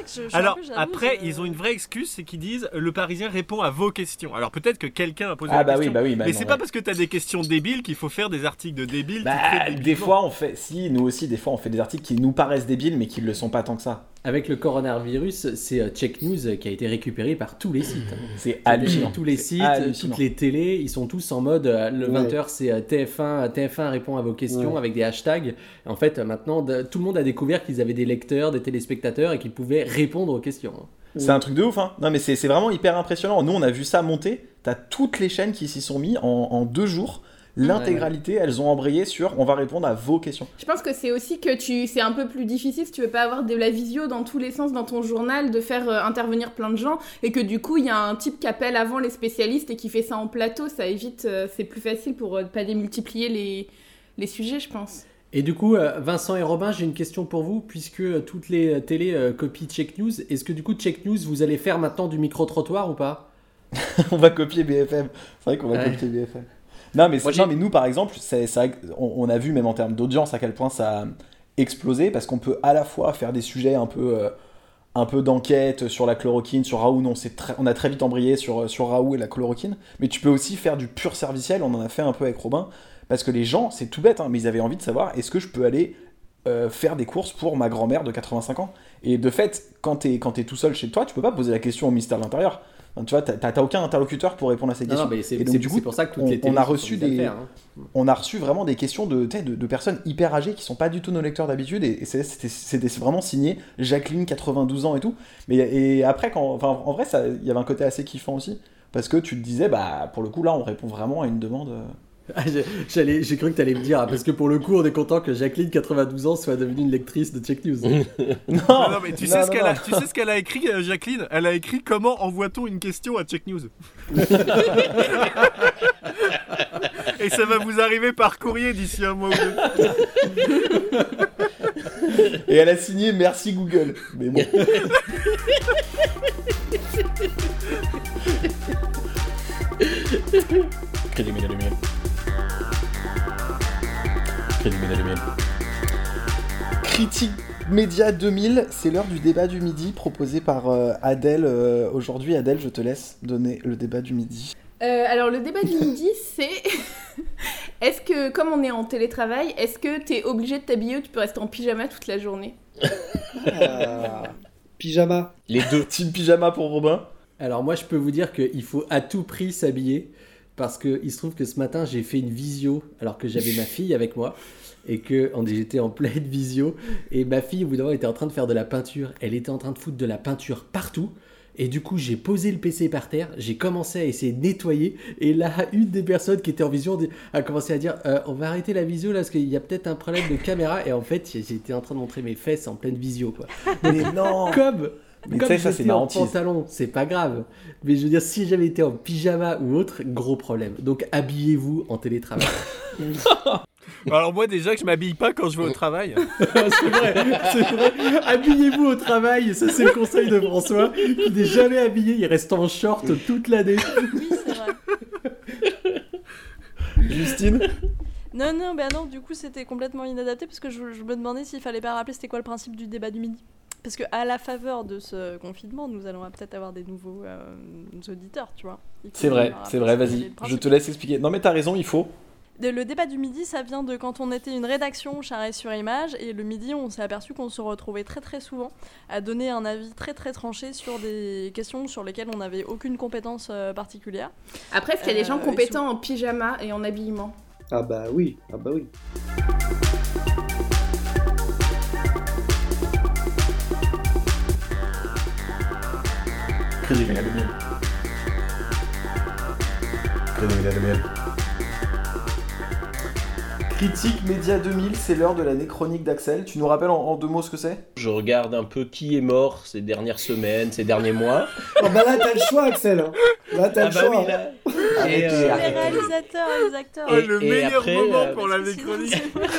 que Alors, après, ils ont une vraie excuse, c'est qu'ils disent le Parisien répond à vos questions. Alors, peut-être que quelqu'un a posé la question. Mais c'est pas parce que t'as des questions débiles qu'il faut faire des articles de débiles. Des fois, nous aussi, des fois, on fait des articles qui nous paraissent débiles, mais qui le sont pas tant que ça. Avec le coronavirus, c'est Check News qui a été récupéré par tous les sites. C'est hallucinant. Tous les sites, toutes les télés, ils sont tous en mode le 20h, c'est TF1 répond à vos questions avec des hashtags. En fait, maintenant, tout le monde a découvert qu'ils avaient des lecteurs, des téléspectateurs et qu'ils pouvaient répondre aux questions. C'est un truc de ouf, hein. Non, mais c'est vraiment hyper impressionnant. Nous, on a vu ça monter. T'as toutes les chaînes qui s'y sont mis en 2 jours. L'intégralité, elles ont embrayé sur on va répondre à vos questions. Je pense que c'est aussi que c'est un peu plus difficile si tu veux pas avoir de la visio dans tous les sens dans ton journal, de faire intervenir plein de gens, et que du coup il y a un type qui appelle avant les spécialistes et qui fait ça en plateau, ça évite, c'est plus facile pour pas démultiplier les sujets, je pense. Et du coup, Vincent et Robin, j'ai une question pour vous, puisque toutes les télés copient Check News. Est-ce que du coup, Check News, vous allez faire maintenant du micro-trottoir ou pas? On va copier BFM. C'est vrai qu'on va copier BFM. Non mais nous par exemple, on a vu même en termes d'audience à quel point ça a explosé, parce qu'on peut à la fois faire des sujets un peu d'enquête sur la chloroquine, sur Raoult, on a très vite embrayé sur Raoult et la chloroquine, mais tu peux aussi faire du pur serviciel, on en a fait un peu avec Robin, parce que les gens, c'est tout bête, hein, mais ils avaient envie de savoir, est-ce que je peux aller faire des courses pour ma grand-mère de 85 ans? Et de fait, quand t'es tout seul chez toi, tu peux pas poser la question au ministère de l'Intérieur. Enfin, tu vois, t'as aucun interlocuteur pour répondre à ces questions. Non, mais c'est pour ça que toutes les télés on a reçu vraiment des questions de personnes hyper âgées qui sont pas du tout nos lecteurs d'habitude, et c'était vraiment signé Jacqueline, 92 ans et tout. Et après, en vrai, il y avait un côté assez kiffant aussi, parce que tu te disais, bah pour le coup là, on répond vraiment à une demande. J'ai cru que t'allais me dire, parce que pour le coup, on est content que Jacqueline, 92 ans, soit devenue une lectrice de Check News. non, mais tu sais ce qu'elle a écrit, Jacqueline? Elle a écrit comment envoie-t-on une question à Check News. Et ça va vous arriver par courrier d'ici un mois ou 2. Et elle a signé merci Google. Mais bon. Crédit Média 2000. Critique Média 2000, c'est l'heure du débat du midi proposé par Adèle. Aujourd'hui, Adèle, je te laisse donner le débat du midi. Alors, le débat du midi, c'est... Est-ce que, comme on est en télétravail, est-ce que t'es obligé de t'habiller ou tu peux rester en pyjama toute la journée? Pyjama. Les deux. Team pyjama pour Robin. Alors moi, je peux vous dire qu'il faut à tout prix s'habiller, parce qu'il se trouve que ce matin, j'ai fait une visio alors que j'avais ma fille avec moi, et que j'étais en pleine visio, et ma fille, au bout d'un moment, était en train de faire de la peinture. Elle était en train de foutre de la peinture partout, et du coup, j'ai posé le PC par terre, j'ai commencé à essayer de nettoyer, et là, une des personnes qui était en visio a commencé à dire on va arrêter la visio là, parce qu'il y a peut-être un problème de caméra, et en fait, j'étais en train de montrer mes fesses en pleine visio, quoi. Mais non. Comme ça, c'est en pantalon, c'est pas grave. Mais je veux dire, si j'avais été en pyjama ou autre, gros problème. Donc habillez-vous en télétravail. Alors moi déjà que je m'habille pas quand je vais au travail. c'est vrai. Habillez-vous au travail, ça c'est le conseil de François, qui n'est jamais habillé, il reste en short toute l'année. Oui, c'est vrai. Justine? Non, du coup c'était complètement inadapté, parce que je me demandais s'il fallait pas rappeler c'était quoi le principe du débat du midi. Parce qu'à la faveur de ce confinement, nous allons peut-être avoir des nouveaux auditeurs, tu vois. C'est vrai, vas-y, je te laisse expliquer. Non mais t'as raison, il faut. Le débat du midi, ça vient de quand on était une rédaction Charest-sur-Image, et le midi, on s'est aperçu qu'on se retrouvait très très souvent à donner un avis très très tranché sur des questions sur lesquelles on n'avait aucune compétence particulière. Après, est-ce qu'il y a des gens compétents en pyjama et en habillement? Ah bah oui. Crédit Média 2000. Critique Média 2000, c'est l'heure de l'année chronique d'Axel. Tu nous rappelles en 2 mots ce que c'est? Je regarde un peu qui est mort ces dernières semaines, ces derniers mois. Oh bah là t'as le choix, Axel. Là t'as le choix. Oui, là. Les réalisateurs, les acteurs. Le meilleur après, moment pour l'année chronique.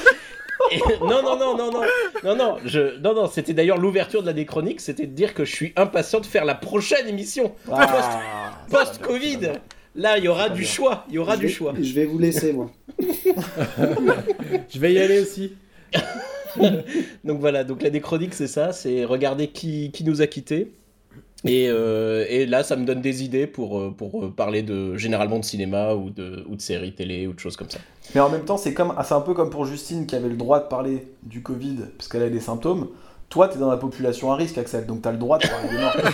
Non, c'était d'ailleurs l'ouverture de la déchronique, c'était de dire que je suis impatient de faire la prochaine émission. Post-Covid. Là, il y aura du choix. Je vais vous laisser, moi. Je vais y aller aussi. Donc voilà, donc la déchronique c'est ça, c'est regarder qui nous a quittés. Et là, ça me donne des idées pour parler généralement de cinéma ou de séries télé ou de choses comme ça. Mais en même temps, c'est un peu comme pour Justine qui avait le droit de parler du Covid parce qu'elle a des symptômes. Toi, t'es dans la population à risque, Axel, donc t'as le droit de parler des morts.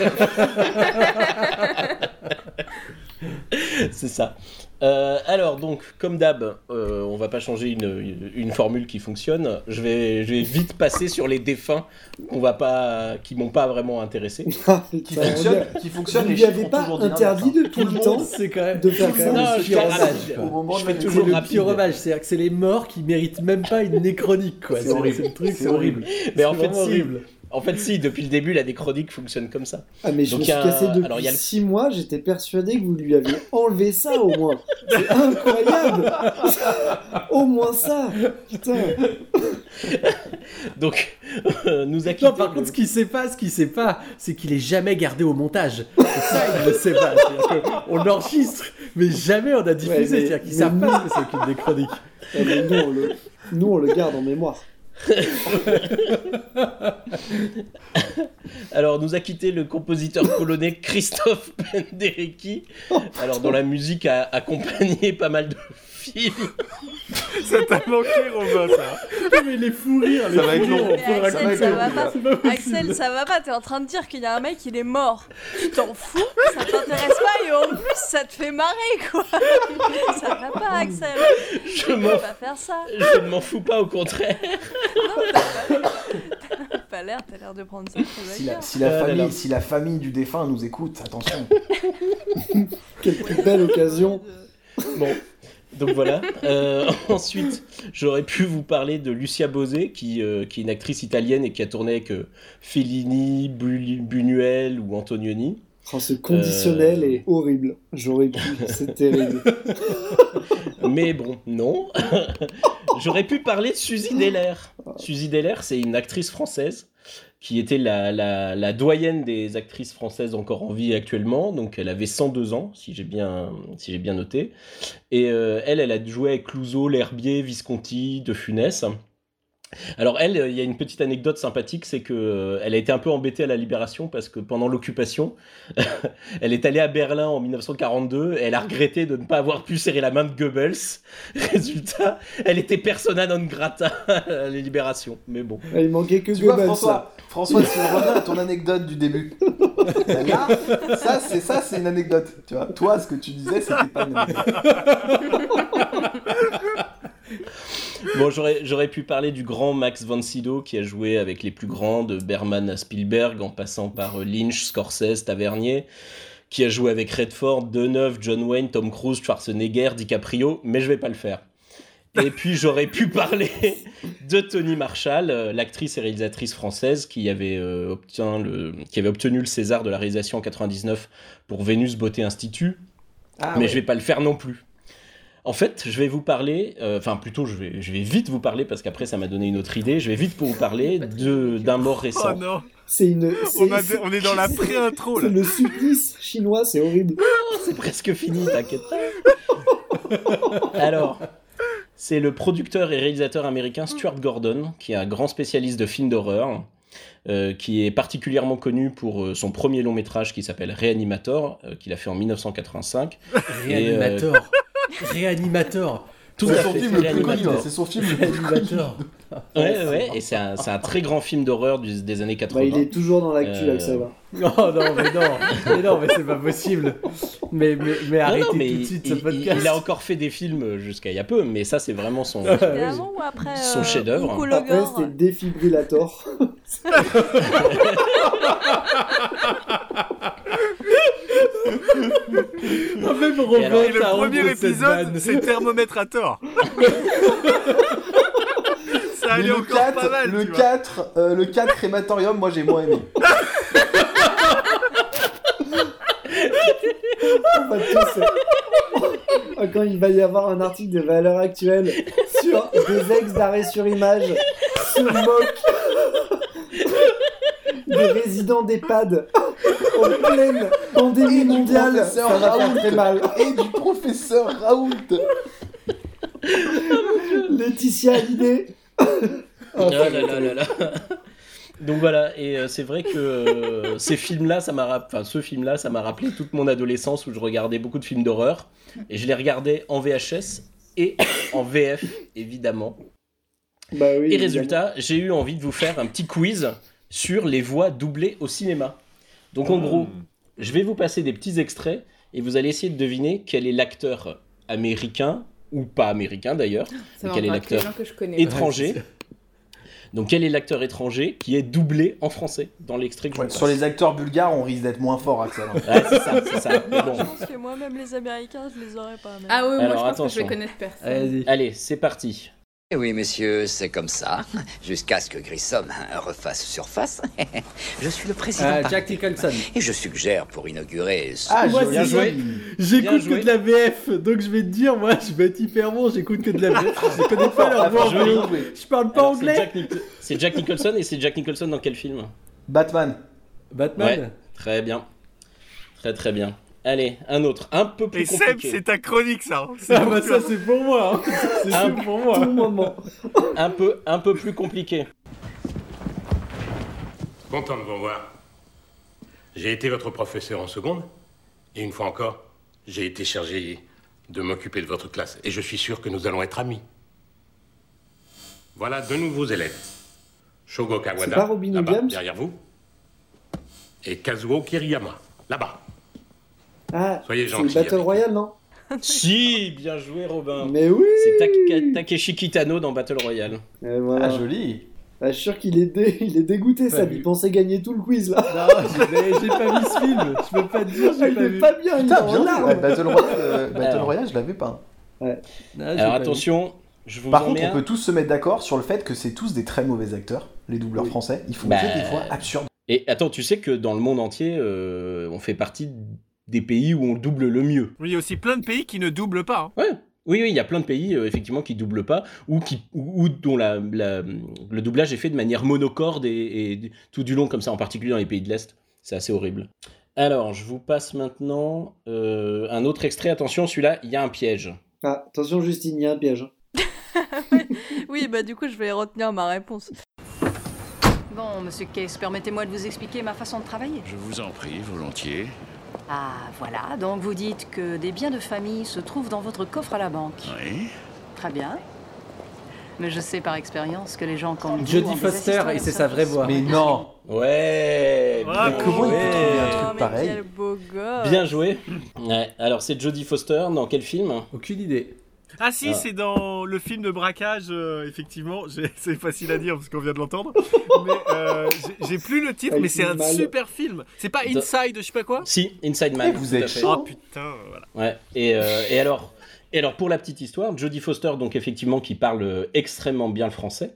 C'est ça. Alors donc, comme d'hab, on va pas changer une formule qui fonctionne. Je vais vite passer sur les défunts qui m'ont pas vraiment intéressé. qui fonctionnent. Vous lui avez pas interdit de tout le temps c'est quand même de faire ça. Non, je fais toujours le rapide. pire hommage, c'est-à-dire que c'est les morts qui méritent même pas une nécronique, quoi. C'est horrible. Le truc, c'est horrible. Mais en fait, horrible. En fait, si, depuis le début, la déchronique fonctionne comme ça. Ah, mais je me suis cassé depuis 6 mois, j'étais persuadé que vous lui aviez enlevé ça au moins. C'est incroyable. Au moins ça. Putain. Donc, nous a quitté. Non, par contre, ce qu'il sait pas, c'est qu'il est jamais gardé au montage. C'est ça, il ne sait pas. C'est-à-dire qu'on l'enregistre, mais jamais on a diffusé. C'est-à-dire qu'ils savent pas ce que c'est qu'une déchronique. Mais nous, on le garde en mémoire. Alors, nous a quitté le compositeur polonais Krzysztof Penderecki, alors dont la musique a accompagné pas mal de films. Ça t'a manqué, Robin, ça. Mais les fous rires, ça va être long. Axel, ça va pas. T'es en train de dire qu'il y a un mec, il est mort. Tu t'en fous, ça t'intéresse pas et en plus, ça te fait marrer, quoi. Ça va pas, Axel. Je ne m'en fous pas, au contraire. Non, t'as l'air de prendre ça. Si la famille du défunt nous écoute, attention. Quelle plus belle occasion. Bon. Donc voilà. Ensuite, j'aurais pu vous parler de Lucia Bosé, qui est une actrice italienne et qui a tourné avec Fellini, Buñuel ou Antonioni. Oh, ce conditionnel est horrible. J'aurais pu, c'est terrible. Mais bon, non. J'aurais pu parler de Suzy Delair. Suzy Delair, c'est une actrice française qui était la doyenne des actrices françaises encore en vie actuellement. Donc elle avait 102 ans, si j'ai bien noté. Et elle a joué avec Clouzot, L'Herbier, Visconti, De Funès. Alors elle, il y a une petite anecdote sympathique, c'est que elle a été un peu embêtée à la Libération parce que pendant l'occupation, elle est allée à Berlin en 1942 et elle a regretté de ne pas avoir pu serrer la main de Goebbels. Résultat, elle était persona non grata à la Libération. Mais bon. Il manquait que Goebbels. François, si on revient à ton anecdote du début, là, c'est une anecdote. Tu vois, toi, ce que tu disais, c'était pas une anecdote. Bon, j'aurais pu parler du grand Max von Sydow qui a joué avec les plus grands, de Bergman à Spielberg, en passant par Lynch, Scorsese, Tavernier, qui a joué avec Redford, Deneuve, John Wayne, Tom Cruise, Schwarzenegger, DiCaprio, mais je vais pas le faire. Et puis j'aurais pu parler de Toni Marshall, l'actrice et réalisatrice française qui avait obtenu le César de la réalisation en 99 pour Vénus Beauté Institut, mais je vais pas le faire non plus. En fait, je vais vous parler, je vais vite vous parler parce qu'après ça m'a donné une autre idée. Je vais vite pour vous parler d'un mort récent. Oh non. On est dans la pré-intro là. C'est le supplice chinois, c'est horrible. C'est presque fini, t'inquiète pas. Alors, c'est le producteur et réalisateur américain Stuart Gordon, qui est un grand spécialiste de films d'horreur, qui est particulièrement connu pour son premier long métrage qui s'appelle Reanimator, qu'il a fait en 1985. Reanimator. C'est son film le plus connu. C'est son film le plus connu. Ouais, et c'est un très grand film d'horreur des années 80. Il est toujours dans l'actu, Axel. Non, mais c'est pas possible. Mais arrêtez tout de suite ce podcast. Il a encore fait des films jusqu'à il y a peu, mais ça c'est vraiment son chef-d'œuvre. Après c'était Défibrillator. Même Robin, et le premier épisode, c'est Thermomètre à tort. Ça allait encore pas mal. Le 4 crématorium, moi j'ai moins aimé. Quand il va y avoir un article de Valeurs Actuelles sur des ex d'arrêt sur image se moquent des résidents d'EHPAD en pleine pandémie mondiale, ça va faire très mal. Et du professeur Raoult. Laetitia Hallyday. Ah là là là là. Donc voilà, et c'est vrai que ce film-là, ça m'a rappelé toute mon adolescence où je regardais beaucoup de films d'horreur, et je les regardais en VHS et en VF, évidemment. Bah oui, Et résultat, j'ai eu envie de vous faire un petit quiz sur les voix doublées au cinéma. Donc en gros, je vais vous passer des petits extraits, et vous allez essayer de deviner quel est l'acteur américain, ou pas américain d'ailleurs, Ça va quel est encore être l'acteur quelqu'un que je connais pas. étranger. Donc quel est l'acteur étranger qui est doublé en français dans l'extrait que je vous Sur passe. les acteurs bulgares, on risque d'être moins fort, Axel. Ouais, c'est ça. Mais bon. Je pense que moi-même, les Américains, je les aurais pas. Mais... Ah ouais, moi Alors, je pense attention. que je vais connaître personne. Allez-y. Allez, c'est parti. Eh oui, messieurs, c'est comme ça, jusqu'à ce que Grissom refasse surface. Je suis le président Jack Nicholson. et je suggère pour inaugurer ce... Ah, Moi, bien c'est joué. ça. J'écoute Bien que joué. de la VF, donc je vais te dire, moi, je vais être hyper bon, j'écoute que de la VF, je connais pas leur voix en Joli. VO. Je parle pas Alors, anglais. c'est Jack Nicholson, et c'est Jack Nicholson dans quel film? Batman. Batman. Ouais, très bien. Très bien. Allez, un autre, un peu plus Et Seb, compliqué. c'est ta chronique, ça. hein. C'est Ah pour bah toi. ça c'est pour moi. Hein. C'est Un- tout pour moi. Tout moment. Un peu plus compliqué. Content de vous revoir. J'ai été votre professeur en seconde, et une fois encore, j'ai été chargé de m'occuper de votre classe, et je suis sûr que nous allons être amis. Voilà deux nouveaux élèves. Shogo C'est Kawada, pas Robin là-bas, Williams derrière vous, et Kazuo Kiriyama, là-bas. Ah, Soyez c'est gentils Battle avec Royale, non? Si, bien joué Robin. Mais oui. C'est Takeshi Kitano dans Battle Royale. Et voilà. Ah, joli. Ah, je suis sûr qu'il est, il est dégoûté, ça. vu. Il pensait gagner tout le quiz, là. Non, j'ai pas vu ce film. Je peux pas te dire, Ah, j'ai il pas est vu. pas bien, il est Putain, en bien vu. larmes. Ouais, Battle Royale, Battle Alors. Royale, je l'avais pas. Non, j'ai Alors pas vu. attention, je vous Par en contre, mets on un. peut tous se mettre d'accord sur le fait que c'est tous des très mauvais acteurs, les doubleurs Oui. français. Ils font Bah. que des voix absurdes. Et attends, tu sais que dans le monde entier, on fait partie des pays où on double le mieux. Oui, il y a aussi plein de pays qui ne doublent pas. hein. Ouais. Oui, il y a plein de pays effectivement qui doublent pas ou dont le doublage est fait de manière monocorde et tout du long comme ça, en particulier dans les pays de l'Est. C'est assez horrible. Alors, je vous passe maintenant un autre extrait. Attention, celui-là, il y a un piège. Ah, attention, Justine, il y a un piège. Oui, bah du coup, je vais retenir ma réponse. Bon, monsieur Case, permettez-moi de vous expliquer ma façon de travailler. Je vous en prie, volontiers. Ah, voilà, donc vous dites que des biens de famille se trouvent dans votre coffre à la banque. Oui. Très bien. Mais je sais par expérience que les gens comme vous Jodie ont des Foster, assistants et c'est de sa vraie service. voix. Mais non. Ouais. Ah, bien comment il peut joué. trouver un Oh, truc mais pareil. quel beau gosse. Bien joué. Ouais. Alors, c'est Jodie Foster dans quel film? Aucune idée. Ah si, Ah. c'est dans le film de braquage, effectivement. C'est facile à dire parce qu'on vient de l'entendre. Mais j'ai plus le titre, Avec mais c'est un une malle. super film. C'est pas Inside, je sais pas quoi. Si, Inside Man. Eh, vous tout à êtes fait. chaud. Oh putain, voilà. Ouais. Et alors pour la petite histoire, Jodie Foster, donc effectivement, qui parle extrêmement bien le français,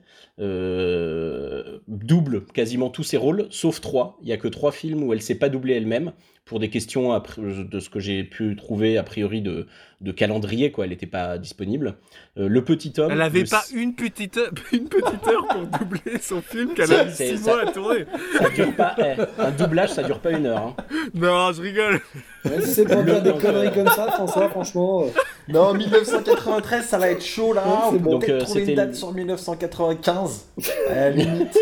double quasiment tous ses rôles, sauf 3. Il y a que 3 films où elle s'est pas doublée elle-même pour des questions de ce que j'ai pu trouver a priori de calendrier, quoi. Elle n'était pas disponible. Le petit homme. Elle avait le- pas une petite heure pour doubler son film qu'elle a mis 6 mois à tourner. Ça dure pas. Un doublage, ça dure pas 1 heure. Hein. Non, je rigole. Ouais, si c'est pour dire des conneries comme ça, François, franchement. Non, 1993, ça va être chaud là. Ouais, c'est On peut bon. peut-être Donc, trouver c'était une date le- sur 1995. À la limite.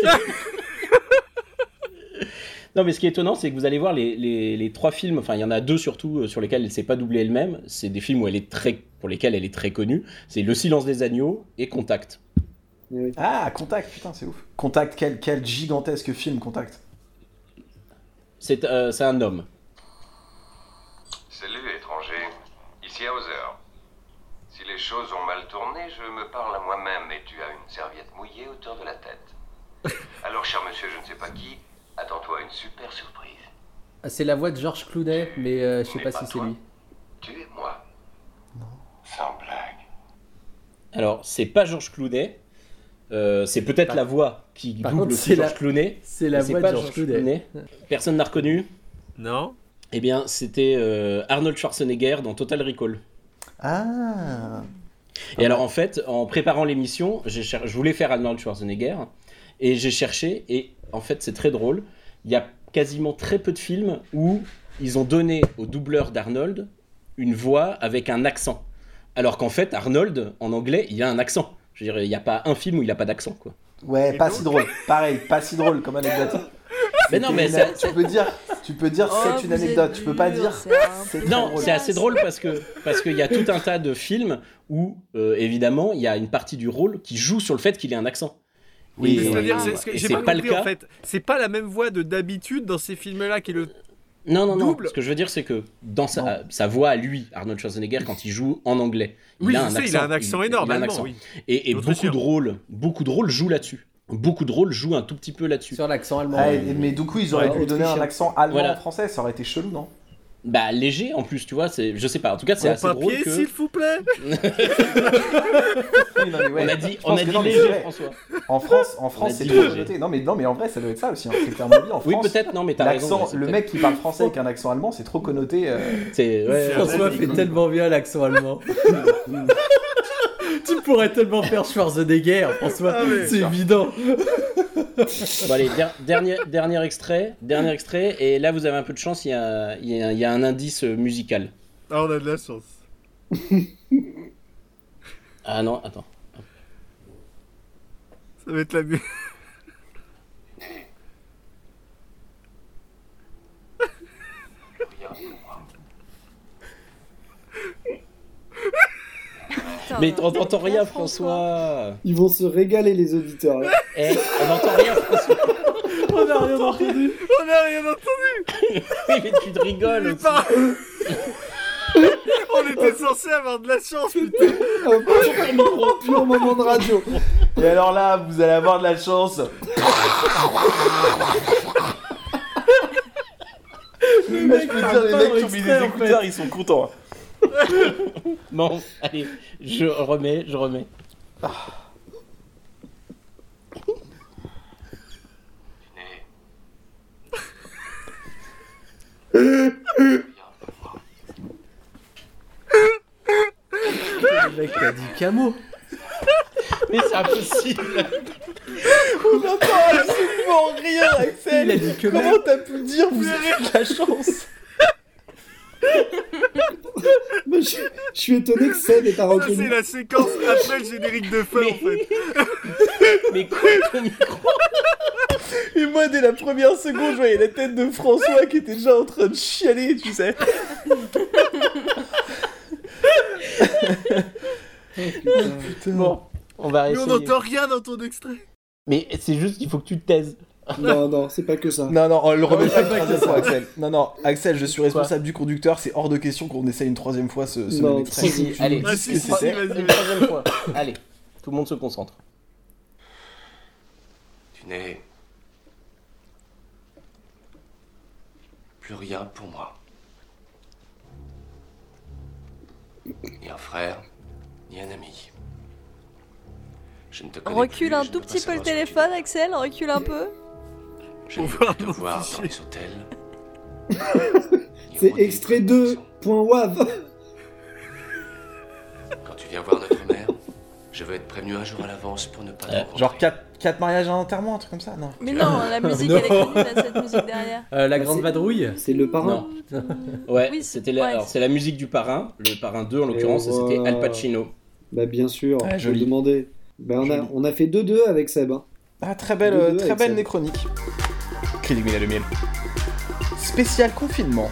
Non, mais ce qui est étonnant, c'est que vous allez voir les 3 films, enfin, il y en a 2 surtout sur lesquels elle ne s'est pas doublée elle-même. C'est des films pour lesquels elle est très connue. C'est Le Silence des agneaux et Contact. Oui. Ah, Contact, putain, c'est ouf. Contact, quel gigantesque film, Contact. C'est un homme. Salut, étranger. Ici Hauser. Si les choses ont mal tourné, je me parle à moi-même et tu as une serviette mouillée autour de la tête. Alors, cher monsieur, je ne sais pas qui, attends-toi une super surprise. Ah, c'est la voix de Georges Clooney, mais je sais pas si c'est lui. Tu es moi. Sans blague. Alors, c'est pas Georges Clooney. C'est peut-être la voix qui Par double contre, aussi c'est Georges la- Clooney. c'est la mais voix de pas Georges Clooney. Personne n'a reconnu? Non. Eh bien, c'était Arnold Schwarzenegger dans Total Recall. Ah. Et alors en fait, en préparant l'émission, je voulais faire Arnold Schwarzenegger et j'ai cherché et en fait c'est très drôle. Il y a quasiment très peu de films où ils ont donné au doubleur d'Arnold une voix avec un accent. Alors qu'en fait Arnold en anglais il y a un accent. Je veux dire, il n'y a pas un film où il n'a pas d'accent quoi. Ouais, Et pas donc si drôle. Pareil, pas si drôle comme anecdote. Mais non, mais tu peux dire c'est une anecdote. Tu peux pas dire c'est Non, drôle. c'est assez drôle parce qu'il y a tout un tas de films où, évidemment, il y a une partie du rôle qui joue sur le fait qu'il ait un accent. Oui, Et- C'est-à-dire, et c'est j'ai c'est pas pas le compris, cas. en fait. C'est pas la même voix de d'habitude dans ces films-là qui est le. Non. Double. Ce que je veux dire, c'est que dans sa voix à lui, Arnold Schwarzenegger, quand il joue en anglais, Oui, je sais, il a un accent énorme, il a un allemand, accent. oui. Et beaucoup de rôles jouent là-dessus. Beaucoup de rôles jouent un tout petit peu là-dessus. Sur l'accent allemand. Ah, mais du coup, ils auraient pu donner un accent Voilà. allemand-français, ça aurait été chelou, non? Bah léger en plus, tu vois, je sais pas. En tout cas, c'est En assez drôle papier, que. s'il vous plaît. On a dit non, mais léger, c'est vrai. François. En France, On a c'est dit trop léger. connoté. Non, mais en vrai, ça doit être ça aussi. Hein. C'est clairement dit en France. Oui, peut-être, non, mais t'as raison. L'accent, ouais, c'est le peut-être- mec qui parle français avec un accent allemand, c'est trop connoté. C'est ouais, François fait tellement bien l'accent allemand. Tu pourrais tellement faire Schwarzenegger, François. Ah, mais- C'est évident. Bon, allez, dernier extrait, et là vous avez un peu de chance, il y a un indice musical. Ah, on a de la chance. Ah non, attends. Ça va être la mieux. Mais on n'entend rien, François. Ils vont se régaler, les auditeurs. Là. Eh, on n'entend rien, François. On n'a rien entendu. On a rien entendu. Mais tu te rigoles aussi. On était censé avoir de la chance, putain. Pur moment de radio. Et alors là, vous allez avoir de la chance. Le Je peux dire, les mecs qui ont mis des extrait, en écouteurs, fait. ils sont contents. Bon, allez, je remets. Le mec a dit camo. Mais c'est impossible. On n'entend absolument rien, Axel. Il a dit que Comment t'as pu dire vous avez de la chance? Moi, je suis étonné que Seb ait pas Ça, reconnu. c'est la séquence après le générique de fin, en fait. Mais quoi ton micro? Et moi, dès la première seconde, je voyais la tête de François qui était déjà en train de chialer, tu sais. Bon, on va Mais essayer. on n'entend rien dans ton extrait. Mais c'est juste qu'il faut que tu te taises. Non, c'est pas que ça. Non, on le remet Non, pas c'est une pas troisième que fois, ça. Axel. Non, Axel, je suis responsable du conducteur, c'est hors de question qu'on essaye une troisième fois ce Non, même extrait. si, Allez, Dis Ah, ce si, que si, c'était. vas-y. une troisième fois. Allez, tout le monde se concentre. Tu n'es plus rien pour moi. Ni un frère, ni un ami. Je ne te connais Recule plus, un je ne tout veux pas petit peu le savoir ce que tu téléphone, Axel, recule un peu. Je ne veux voir plus te nos voir fichiers. dans les hôtels. ni C'est au rendez-vous extrait de 2.wav. Quand tu viens voir notre mère, je veux être prévenu un jour à l'avance pour ne pas te rencontrer. Genre 4 mariages à enterrement, un truc comme ça? Non. Mais non, la musique, Non. elle est connue, là, cette musique derrière. La grande c'est- vadrouille. C'est le parrain. Non. Ouais, Oui, c'était ouais. alors c'est la musique du parrain, le parrain 2 en l'occurrence, et c'était Al Pacino. Bah, bien sûr, Ah, je joli. le demandais. Bah, on a fait 2-2 avec Seb. Hein. Ah, très 2-2 belle avec Seb. néchronique. Critique Mila 2000. Spécial confinement.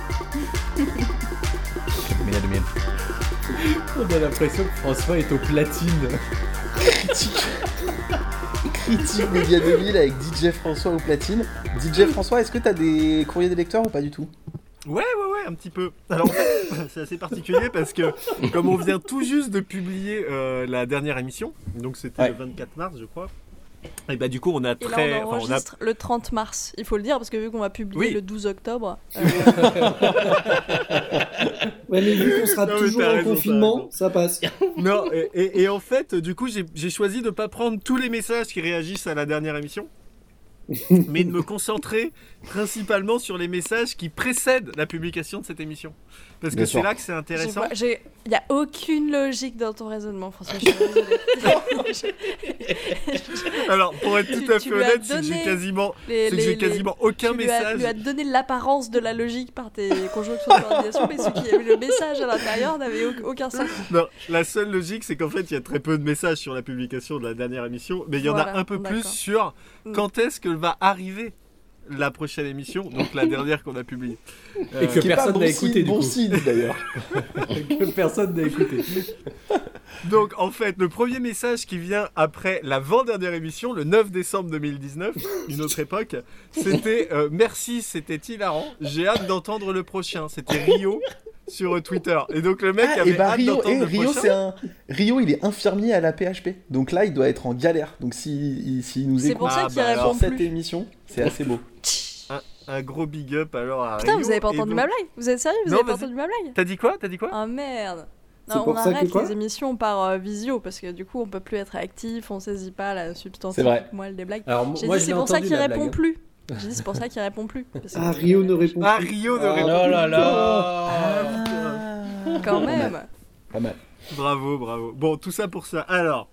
Critique Mila 2000. On a l'impression que François est au platine. Critique Média 2000 avec DJ François au platine. DJ François, est-ce que t'as des courriers des lecteurs ou pas du tout? Ouais, un petit peu. Alors, en fait, c'est assez particulier parce que, comme on vient tout juste de publier la dernière émission, donc c'était le 24 mars, je crois, et bah, du coup, on a Et très. là, on enregistre le 30 mars, il faut le dire, parce que vu qu'on va publier Oui. le 12 octobre. Ouais, mais vu qu'on sera Non, mais toujours t'as en raison, t'as confinement, raison. ça passe. Non, et en fait, du coup, j'ai choisi de pas prendre tous les messages qui réagissent à la dernière émission. mais de me concentrer principalement sur les messages qui précèdent la publication de cette émission. Parce que Bien c'est sûr. là que c'est intéressant. Il n'y a aucune logique dans ton raisonnement, François. Je suis désolée. Alors, pour être tout à fait lui as honnête, c'est que j'ai donné quasiment, aucun message. Tu lui as donné l'apparence de la logique par tes conjonctions de coordination, mais le message à l'intérieur n'avait aucun sens. Non, la seule logique, c'est qu'en fait, il y a très peu de messages sur la publication de la dernière émission, mais il y en a un peu plus sur quand est-ce que va arriver la prochaine émission, donc la dernière qu'on a publiée. Et que personne n'a écouté, du coup. Bon signe, d'ailleurs. Que personne n'a écouté. Donc, en fait, le premier message qui vient après l'avant-dernière émission, le 9 décembre 2019, une autre époque, c'était « Merci, c'était hilarant. J'ai hâte d'entendre le prochain. » C'était Rio sur Twitter. Et donc, le mec avait hâte d'entendre le prochain. Rio, il est infirmier à la PHP. Donc là, il doit être en galère. Donc s'il nous C'est écoute pour ça qu'il répond sur cette plus. émission, c'est assez beau. Un gros big up alors à Putain, Rio. vous avez pas Et entendu donc- ma blague? Vous êtes sérieux? Vous Non, avez pas vas-y. entendu ma blague? T'as dit quoi? T'as dit quoi? Ah merde. C'est Non, pour on ça que arrête quoi les émissions par visio parce que du coup on peut plus être actif, on saisit pas la substance C'est vrai. moelle des blagues. Alors, J'ai moi, dit je c'est l'ai pour ça entendu, qu'il la répond blague. plus. J'ai dit c'est pour ça qu'il répond plus. Parce que- Ah, Rio ne répond Ah, plus. Rio ne Ah, répond Oh là Ah, là. Quand même. Pas mal. Bravo, bravo. Bon, tout ça pour ça. Alors.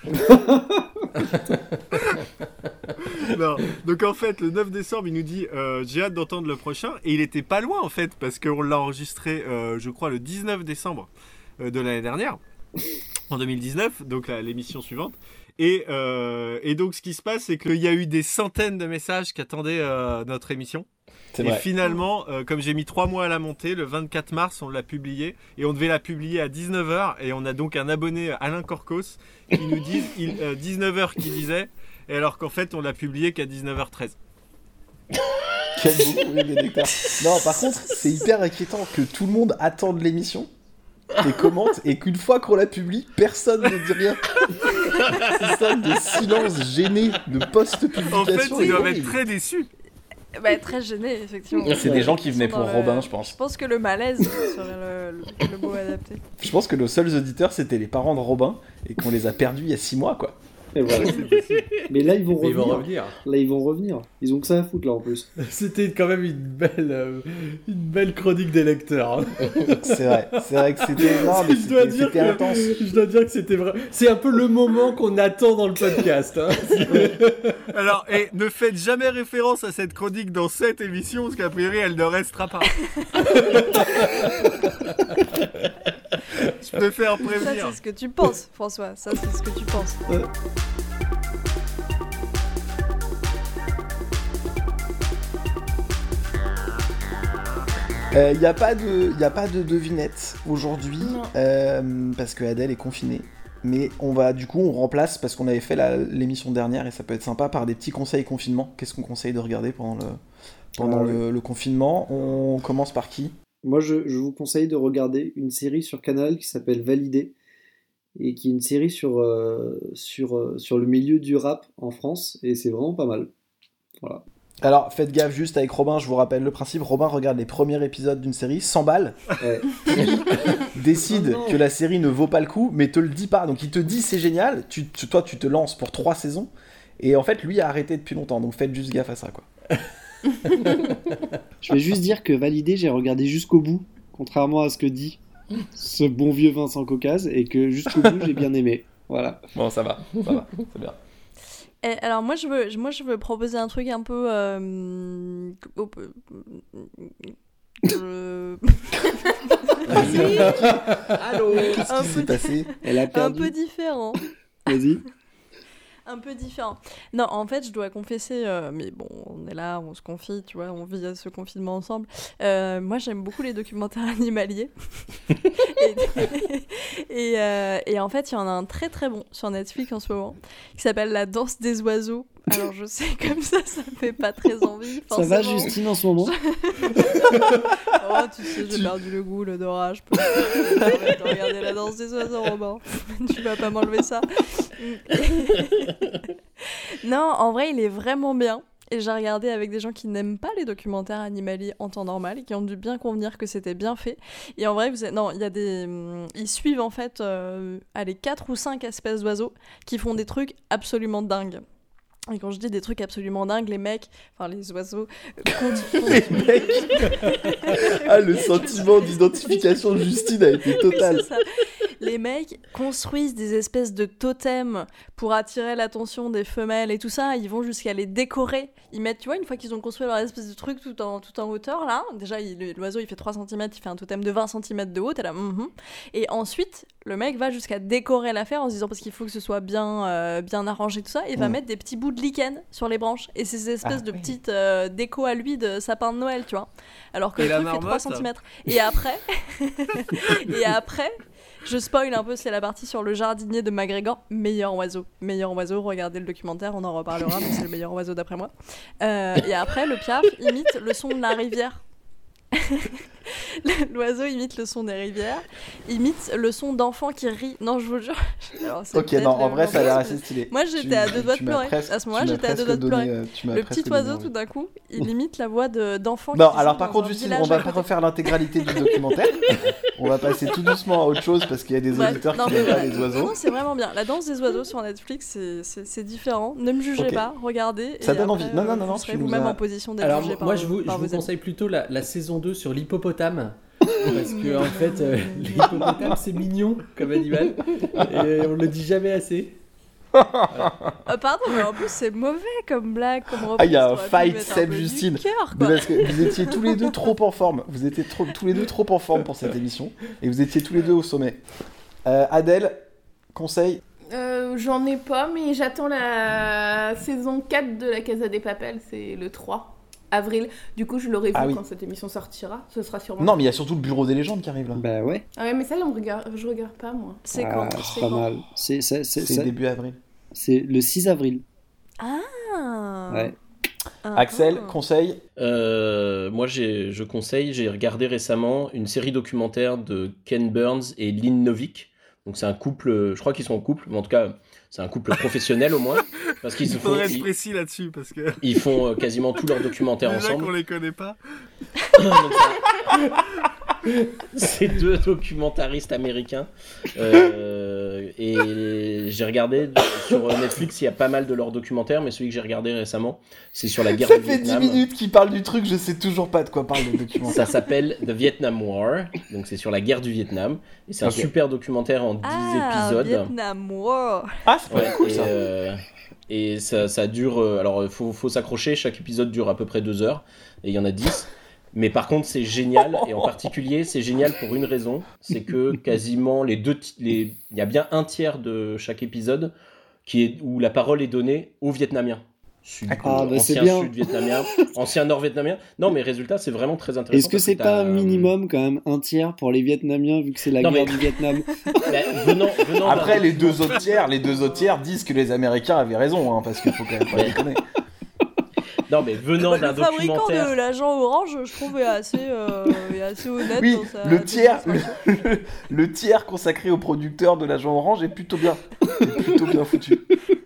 Non. Donc en fait, le 9 décembre, il nous dit j'ai hâte d'entendre le prochain. Et il était pas loin en fait, parce qu'on l'a enregistré, je crois, le 19 décembre de l'année dernière, en 2019, donc l'émission suivante. Et donc ce qui se passe, c'est qu'il y a eu des centaines de messages qui attendaient notre émission. C'est Et vrai. finalement, comme j'ai mis 3 mois à la monter, le 24 mars, on l'a publié. Et on devait la publier à 19h. Et on a donc un abonné, Alain Corcos, qui nous dit 19h qui disait. Et alors qu'en fait, on l'a publié qu'à 19h13. Quel beau bénédicteur. Non, par contre, c'est hyper inquiétant que tout le monde attende l'émission et commente, et qu'une fois qu'on la publie, personne ne dit rien. C'est ça, de silence gêné, de post-publication. En fait, ils doivent horrible. être très déçus. Bah, très gêné, effectivement. C'est des gens qui venaient Ils sont pour dans Robin, le- je pense. Je pense que le malaise serait le mot adapté. Je pense que nos seuls auditeurs, c'était les parents de Robin, et qu'on les a perdus il y a 6 mois, quoi. Et voilà. Mais là, ils vont Mais revenir. ils vont revenir. Là, ils vont revenir. Ils ont que ça à foutre, là, en plus. C'était quand même une belle chronique des lecteurs. C'est vrai que c'était. Non, mais Je dois c'était dire c'était que- intense. Je dois dire que c'était vrai. C'est un peu le moment qu'on attend dans le podcast. Hein. Alors, et ne faites jamais référence à cette chronique dans cette émission, parce qu'a priori, elle ne restera pas. Je préfère Ça, prévenir. c'est ce que tu penses, François. Ça, c'est ce que tu penses. Il n'y a pas de devinette aujourd'hui parce que Adèle est confinée. Mais on remplace parce qu'on avait fait l'émission dernière et ça peut être sympa par des petits conseils confinement. Qu'est-ce qu'on conseille de regarder pendant le confinement? On commence par qui? Moi, je vous conseille de regarder une série sur Canal qui s'appelle Validé et qui est une série sur le milieu du rap en France et c'est vraiment pas mal. Voilà. Alors faites gaffe juste avec Robin, je vous rappelle le principe. Robin regarde les premiers épisodes d'une série, s'emballe, décide que la série ne vaut pas le coup, mais te le dit pas. Donc il te dit c'est génial, toi tu te lances pour 3 saisons, et en fait lui a arrêté depuis longtemps, donc faites juste gaffe à ça, quoi. Je vais juste dire que Validé, j'ai regardé jusqu'au bout, contrairement à ce que dit ce bon vieux Vincent Caucase, et que jusqu'au bout, j'ai bien aimé. Voilà. Bon, ça va, c'est bien. Et alors moi je veux proposer un truc un peu Allô. Qu'est-ce qui s'est passé? Elle a un perdu. peu différent. Vas-y. Un peu différent. Non, en fait, je dois confesser, mais bon, on est là, on se confie, tu vois, on vit ce confinement ensemble. Moi, j'aime beaucoup les documentaires animaliers. et en fait, il y en a un très très bon sur Netflix en ce moment, qui s'appelle La danse des oiseaux. Alors, je sais, comme ça fait pas très envie. Ça va, forcément. Justine, en ce moment? Oh, tu sais, j'ai perdu le goût, l'odorat, je peux arrête de regarder La danse des oiseaux, Robin. Tu vas pas m'enlever ça. Non, en vrai, il est vraiment bien. Et j'ai regardé avec des gens qui n'aiment pas les documentaires animaliers en temps normal et qui ont dû bien convenir que c'était bien fait. Et en vrai, non, il y a ils suivent en fait 4 ou 5 espèces d'oiseaux qui font des trucs absolument dingues. Et quand je dis des trucs absolument dingues, les mecs, enfin les oiseaux, Les mecs. Ah, le sentiment d'identification de Justine a été total. C'est ça. Les mecs construisent des espèces de totems pour attirer l'attention des femelles et tout ça. Ils vont jusqu'à les décorer. Ils mettent, tu vois, une fois qu'ils ont construit leur espèce de truc tout en hauteur, là, déjà, l'oiseau, il fait 3 cm, il fait un totem de 20 cm de haut, t'es là, Et ensuite, le mec va jusqu'à décorer l'affaire en se disant, parce qu'il faut que ce soit bien arrangé, tout ça, et va mettre des petits bouts de lichen sur les branches. Et ces espèces de petites déco à lui de sapin de Noël, tu vois. Alors que le truc fait 3 cm. Et après... Je spoil un peu, c'est la partie sur le jardinier de McGregor, meilleur oiseau, regardez le documentaire, on en reparlera, mais c'est le meilleur oiseau d'après moi. Et après, le piaf imite le son de la rivière. L'oiseau imite le son des rivières, imite le son d'enfants qui rient. Non, je vous jure. Alors, ok, non, en vrai, ça a l'air assez stylé. Moi, j'étais à deux doigts de pleurer. À ce moment-là, j'étais à deux doigts de pleurer. Le petit oiseau, tout d'un coup, il imite la voix d'enfants qui Non, alors par contre, Justine, on va pas refaire l'intégralité du documentaire. On va passer tout doucement à autre chose parce qu'il y a des auditeurs qui n'aiment pas les oiseaux. Non, c'est vraiment bien. La danse des oiseaux sur Netflix, c'est différent. Ne me jugez pas, regardez. Ça donne envie. Non, vous serez vous-même en position d'être jugé par moi, je vous conseille plutôt la saison 2 sur l'hippopotame. Parce que en fait, l'hippopotame c'est mignon comme animal et on le dit jamais assez. Pardon, mais en plus c'est mauvais comme blague, comme reprise. Ah, il y a un fight Seb Justine. Parce que vous étiez tous les deux trop en forme. Vous étiez tous les deux trop en forme pour cette émission et vous étiez tous les deux au sommet. Adèle, conseil. J'en ai pas, mais j'attends la saison 4 de la Casa des Papel, c'est le 3 avril. Du coup, je l'aurai vu quand cette émission sortira. Ce sera sûrement. Non, mais il y a surtout le Bureau des légendes qui arrive là. Bah ouais. Ah ouais, mais ça, je regarde pas moi. C'est quand c'est pas mal. C'est début avril. C'est le 6 avril. Ah. Ouais. Axel, conseil. Moi, je conseille. J'ai regardé récemment une série documentaire de Ken Burns et Lynn Novick. Donc c'est un couple. Je crois qu'ils sont en couple, mais en tout cas. C'est un couple professionnel au moins, parce qu'ils se font. Il faudrait être précis là-dessus parce que. Ils font quasiment tous leurs documentaires ensemble. Qu'on les connaît pas. C'est 2 documentaristes américains et j'ai regardé sur Netflix, il y a pas mal de leurs documentaires, mais celui que j'ai regardé récemment, c'est sur la guerre du Vietnam. Ça fait 10 minutes qu'ils parlent du truc, je sais toujours pas de quoi parle le documentaire. Ça s'appelle The Vietnam War, donc c'est sur la guerre du Vietnam, et c'est un super documentaire en 10 épisodes. Vietnam War. Ah, c'est pas cool ça. Et ça dure, alors il faut s'accrocher, chaque épisode dure à peu près 2 heures, et il y en a 10. Mais par contre, c'est génial, et en particulier, c'est génial pour une raison, c'est que quasiment il y a bien un tiers de chaque épisode où la parole est donnée aux Vietnamiens. Ancien Sud-Vietnamien, ancien Nord-Vietnamien. Non, mais résultat, c'est vraiment très intéressant. Est-ce que c'est pas un minimum quand même un tiers pour les Vietnamiens vu que c'est la guerre du Vietnam? venant Après, les deux autres tiers disent que les Américains avaient raison, hein, parce qu'il faut quand même pas déconner. Non, mais venant d'un documentaire. Le fabricant de l'agent orange, je trouve, est assez honnête. Oui, dans sa le tiers consacré au producteur de l'agent orange est plutôt bien. Foutu.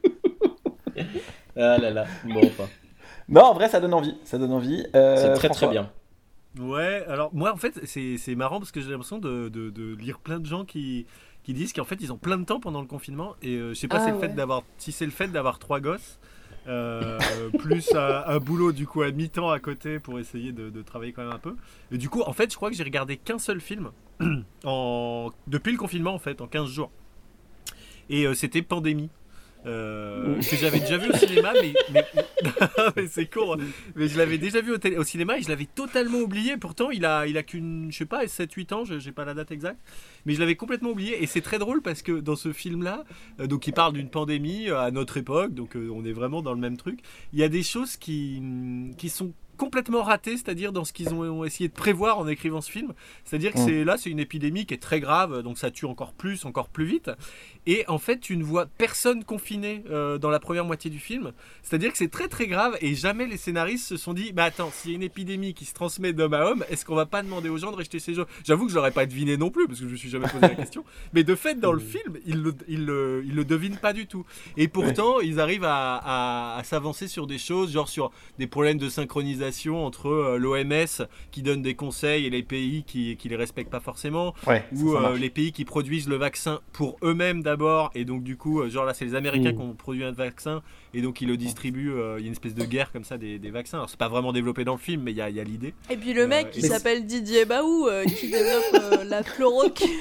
Ah là là, bon, enfin. Non, en vrai, ça donne envie. C'est très François. très bien. Ouais, alors moi, en fait, c'est marrant parce que j'ai l'impression de lire plein de gens qui disent qu'en fait, ils ont plein de temps pendant le confinement. Et je sais pas si c'est le fait d'avoir 3 gosses. Plus un boulot du coup à mi-temps à côté pour essayer de travailler quand même un peu. Et du coup, en fait, je crois que j'ai regardé qu'un seul film depuis le confinement, en fait, en 15 jours. Et c'était Pandémie. Que j'avais déjà vu au cinéma, mais c'est con. Mais je l'avais déjà vu au cinéma et je l'avais totalement oublié. Pourtant, il a qu'une, je sais pas, 7-8 ans, j'ai pas la date exacte, mais je l'avais complètement oublié. Et c'est très drôle parce que dans ce film-là, donc il parle d'une pandémie à notre époque, donc on est vraiment dans le même truc. Il y a des choses qui sont complètement raté, c'est-à-dire dans ce qu'ils ont essayé de prévoir en écrivant ce film. C'est-à-dire que c'est une épidémie qui est très grave, donc ça tue encore plus vite. Et en fait, tu ne vois personne confiné dans la première moitié du film. C'est-à-dire que c'est très très grave et jamais les scénaristes se sont dit, bah attends, s'il y a une épidémie qui se transmet d'homme à homme, est-ce qu'on va pas demander aux gens de rejeter ces gens? J'avoue que je l'aurais pas deviné non plus, parce que je me suis jamais posé la question. Mais de fait, dans le film, ils le devinent pas du tout. Et pourtant, ils arrivent à s'avancer sur des choses, genre sur des problèmes de synchronisation relation entre l'OMS qui donne des conseils et les pays qui les respectent pas forcément, ou les pays qui produisent le vaccin pour eux-mêmes d'abord, et donc du coup, genre là c'est les Américains qui ont produit un vaccin, et donc ils le distribuent, il y a une espèce de guerre comme ça des vaccins. Alors c'est pas vraiment développé dans le film, mais il y a l'idée. Et puis le mec qui s'appelle Didier Baou, qui développe la chloroquine.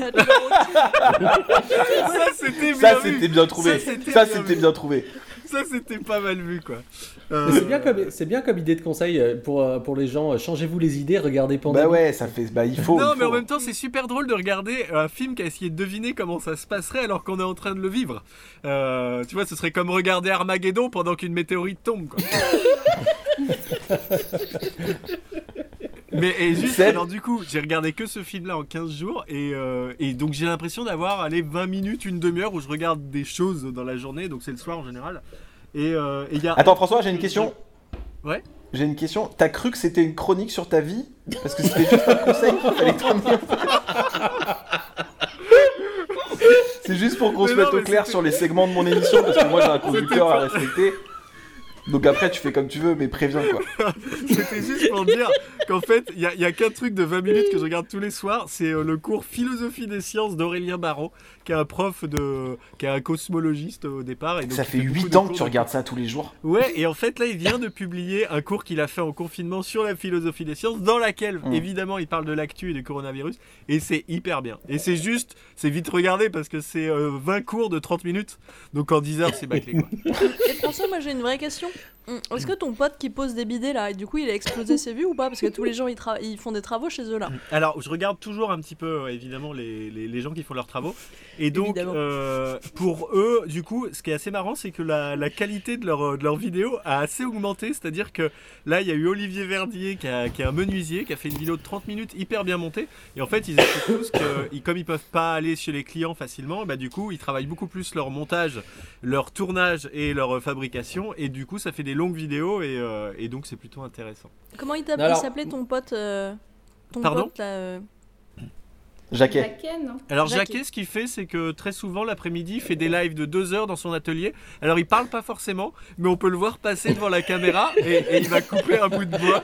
Ça c'était bien trouvé. Ça c'était bien trouvé. Ça c'était pas mal vu quoi. C'est bien comme idée de conseil pour les gens. Changez-vous les idées, regardez Pandémie. Bah ouais, ça fait. Bah il faut. Non, mais en même temps, c'est super drôle de regarder un film qui a essayé de deviner comment ça se passerait alors qu'on est en train de le vivre. Tu vois, ce serait comme regarder Armageddon pendant qu'une météorite tombe quoi. Mais juste, alors du coup, j'ai regardé que ce film-là en 15 jours et donc j'ai l'impression d'avoir 20 minutes, une demi-heure où je regarde des choses dans la journée, donc c'est le soir en général. Et y a... Attends François, j'ai une question. Ouais. J'ai une question. T'as cru que c'était une chronique sur ta vie ? Parce que c'était juste un conseil qu'il fallait t'emmener. C'est juste pour qu'on se mette au clair sur les segments de mon émission, parce que moi j'ai un conducteur à respecter. Donc après tu fais comme tu veux, mais préviens quoi. C'était juste pour dire qu'en fait il y a qu'un truc de 20 minutes que je regarde tous les soirs, c'est le cours philosophie des sciences d'Aurélien Barraud, qui est un prof qui est un cosmologiste au départ. Et donc ça fait 8 ans que tu regardes ça tous les jours. Ouais, et en fait là il vient de publier un cours qu'il a fait en confinement sur la philosophie des sciences, dans laquelle évidemment il parle de l'actu et du coronavirus, et c'est hyper bien. Et c'est vite regardé parce que c'est 20 cours de 30 minutes, donc en 10 heures c'est bâclé quoi. Et François, moi j'ai une vraie question. Est-ce que ton pote qui pose des bidets là, et du coup il a explosé ses vues ou pas ? Parce que tous les gens ils font des travaux chez eux là. Alors je regarde toujours un petit peu évidemment les gens qui font leurs travaux. Et donc pour eux, du coup, ce qui est assez marrant, c'est que la qualité de leurs vidéos a assez augmenté. C'est-à-dire que là, il y a eu Olivier Verdier qui est un menuisier, qui a fait une vidéo de 30 minutes hyper bien montée. Et en fait, ils expliquent tous que comme ils peuvent pas aller chez les clients facilement, bah, du coup, ils travaillent beaucoup plus leur montage, leur tournage et leur fabrication. Et du coup, ça fait des longues vidéos et donc c'est plutôt intéressant. Comment il s'appelait ton pote Pardon pote là Jacquet. Alors Jacquet, ce qu'il fait, c'est que très souvent l'après-midi, il fait des lives de 2 heures dans son atelier. Alors il parle pas forcément, mais on peut le voir passer devant la caméra et il va couper un bout de bois.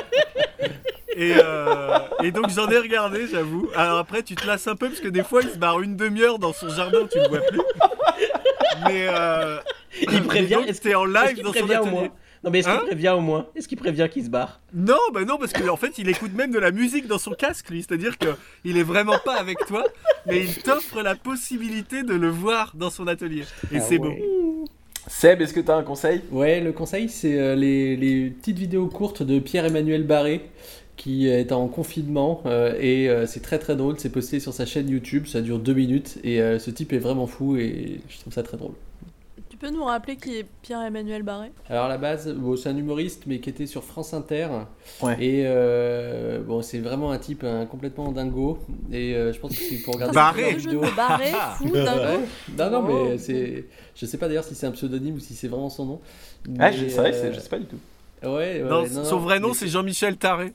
Et donc j'en ai regardé, j'avoue. Alors après, tu te lasses un peu parce que des fois, il se barre une demi-heure dans son jardin, tu le vois plus. Mais il prévient. Est-ce que t'es en live dans son atelier? Non mais est-ce qu'il prévient au moins? Est-ce qu'il prévient qu'il se barre? Non, bah non, parce qu'en fait il écoute même de la musique dans son casque lui, c'est-à-dire qu'il est vraiment pas avec toi, mais il t'offre la possibilité de le voir dans son atelier. Et c'est beau. Seb, est-ce que t'as un conseil? Ouais, le conseil c'est les petites vidéos courtes de Pierre-Emmanuel Barré, qui est en confinement et c'est très très drôle, c'est posté sur sa chaîne YouTube, ça dure 2 minutes et ce type est vraiment fou et je trouve ça très drôle. Tu peux nous rappeler qui est Pierre-Emmanuel Barré? Alors à la base, c'est un humoriste mais qui était sur France Inter. Ouais. Et c'est vraiment un type complètement dingo. Et je pense que c'est pour regarder Barré. vidéo. Barré, fou, dingo. Non, mais je sais pas d'ailleurs si c'est un pseudonyme ou si c'est vraiment son nom. Ah, c'est vrai que je sais pas du tout. Ouais, non, son vrai nom c'est Jean-Michel Taré.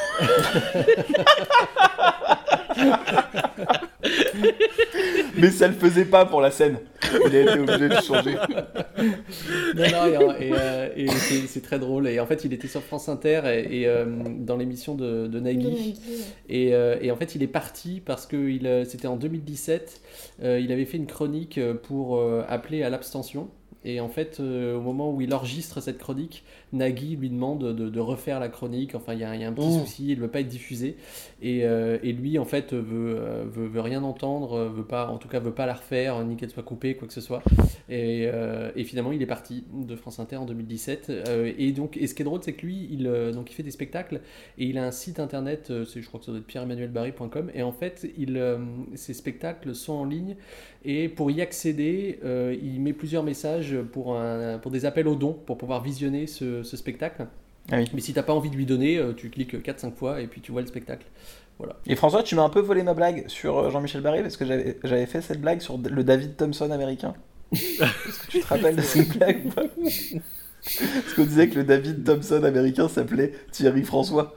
Mais ça le faisait pas pour la scène. Il a été obligé de changer. Non, et c'est très drôle. Et en fait, il était sur France Inter et dans l'émission de Nagui. Et en fait, il est parti parce que c'était en 2017. Il avait fait une chronique pour appeler à l'abstention. Et en fait, au moment où il enregistre cette chronique, Nagui lui demande de refaire la chronique. Enfin, il y a un petit souci, il ne veut pas être diffusé. Et lui, en fait, veut rien entendre, veut pas la refaire, ni qu'elle soit coupée, quoi que ce soit. Et finalement, il est parti de France Inter en 2017. Et ce qui est drôle, c'est que lui, il fait des spectacles et il a un site internet, je crois que ça doit être pierre-emmanuelbarré.com. Et en fait, ces spectacles sont en ligne. Et pour y accéder, il met plusieurs messages pour des appels aux dons pour pouvoir visionner ce spectacle. Ah oui. Mais si t'as pas envie de lui donner, tu cliques 4-5 fois et puis tu vois le spectacle. Voilà. Et François, tu m'as un peu volé ma blague sur Jean-Michel Barré parce que j'avais fait cette blague sur le David Thompson américain. Est-ce que tu te rappelles de cette blague? Parce qu'on disait que le David Thompson américain s'appelait Thierry François.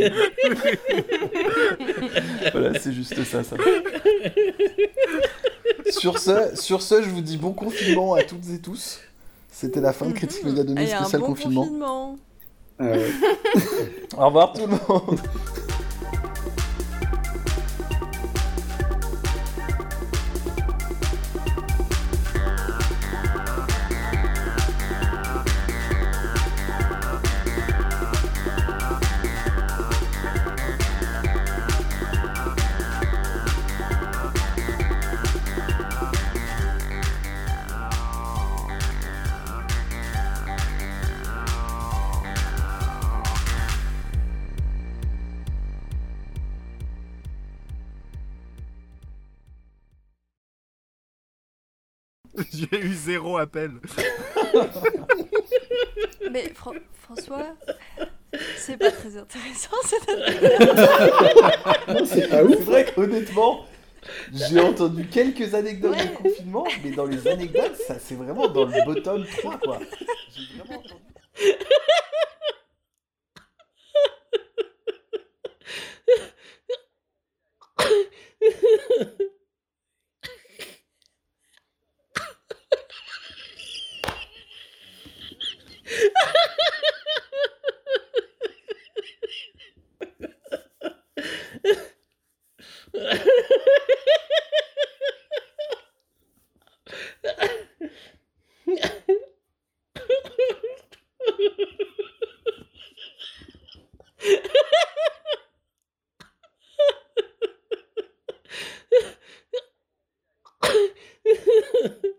Voilà, c'est juste ça. Sur ce, je vous dis bon confinement à toutes et tous. C'était la fin de Critique Média 2000 spécial confinement. Au revoir tout le monde. J'ai eu 0 appel. Mais François, c'est pas très intéressant cette Non, c'est pas ouf. C'est vrai qu'honnêtement, j'ai entendu quelques anecdotes de confinement, mais dans les anecdotes, ça c'est vraiment dans le bottom 3 quoi. J'ai vraiment entendu. Ha ha ha!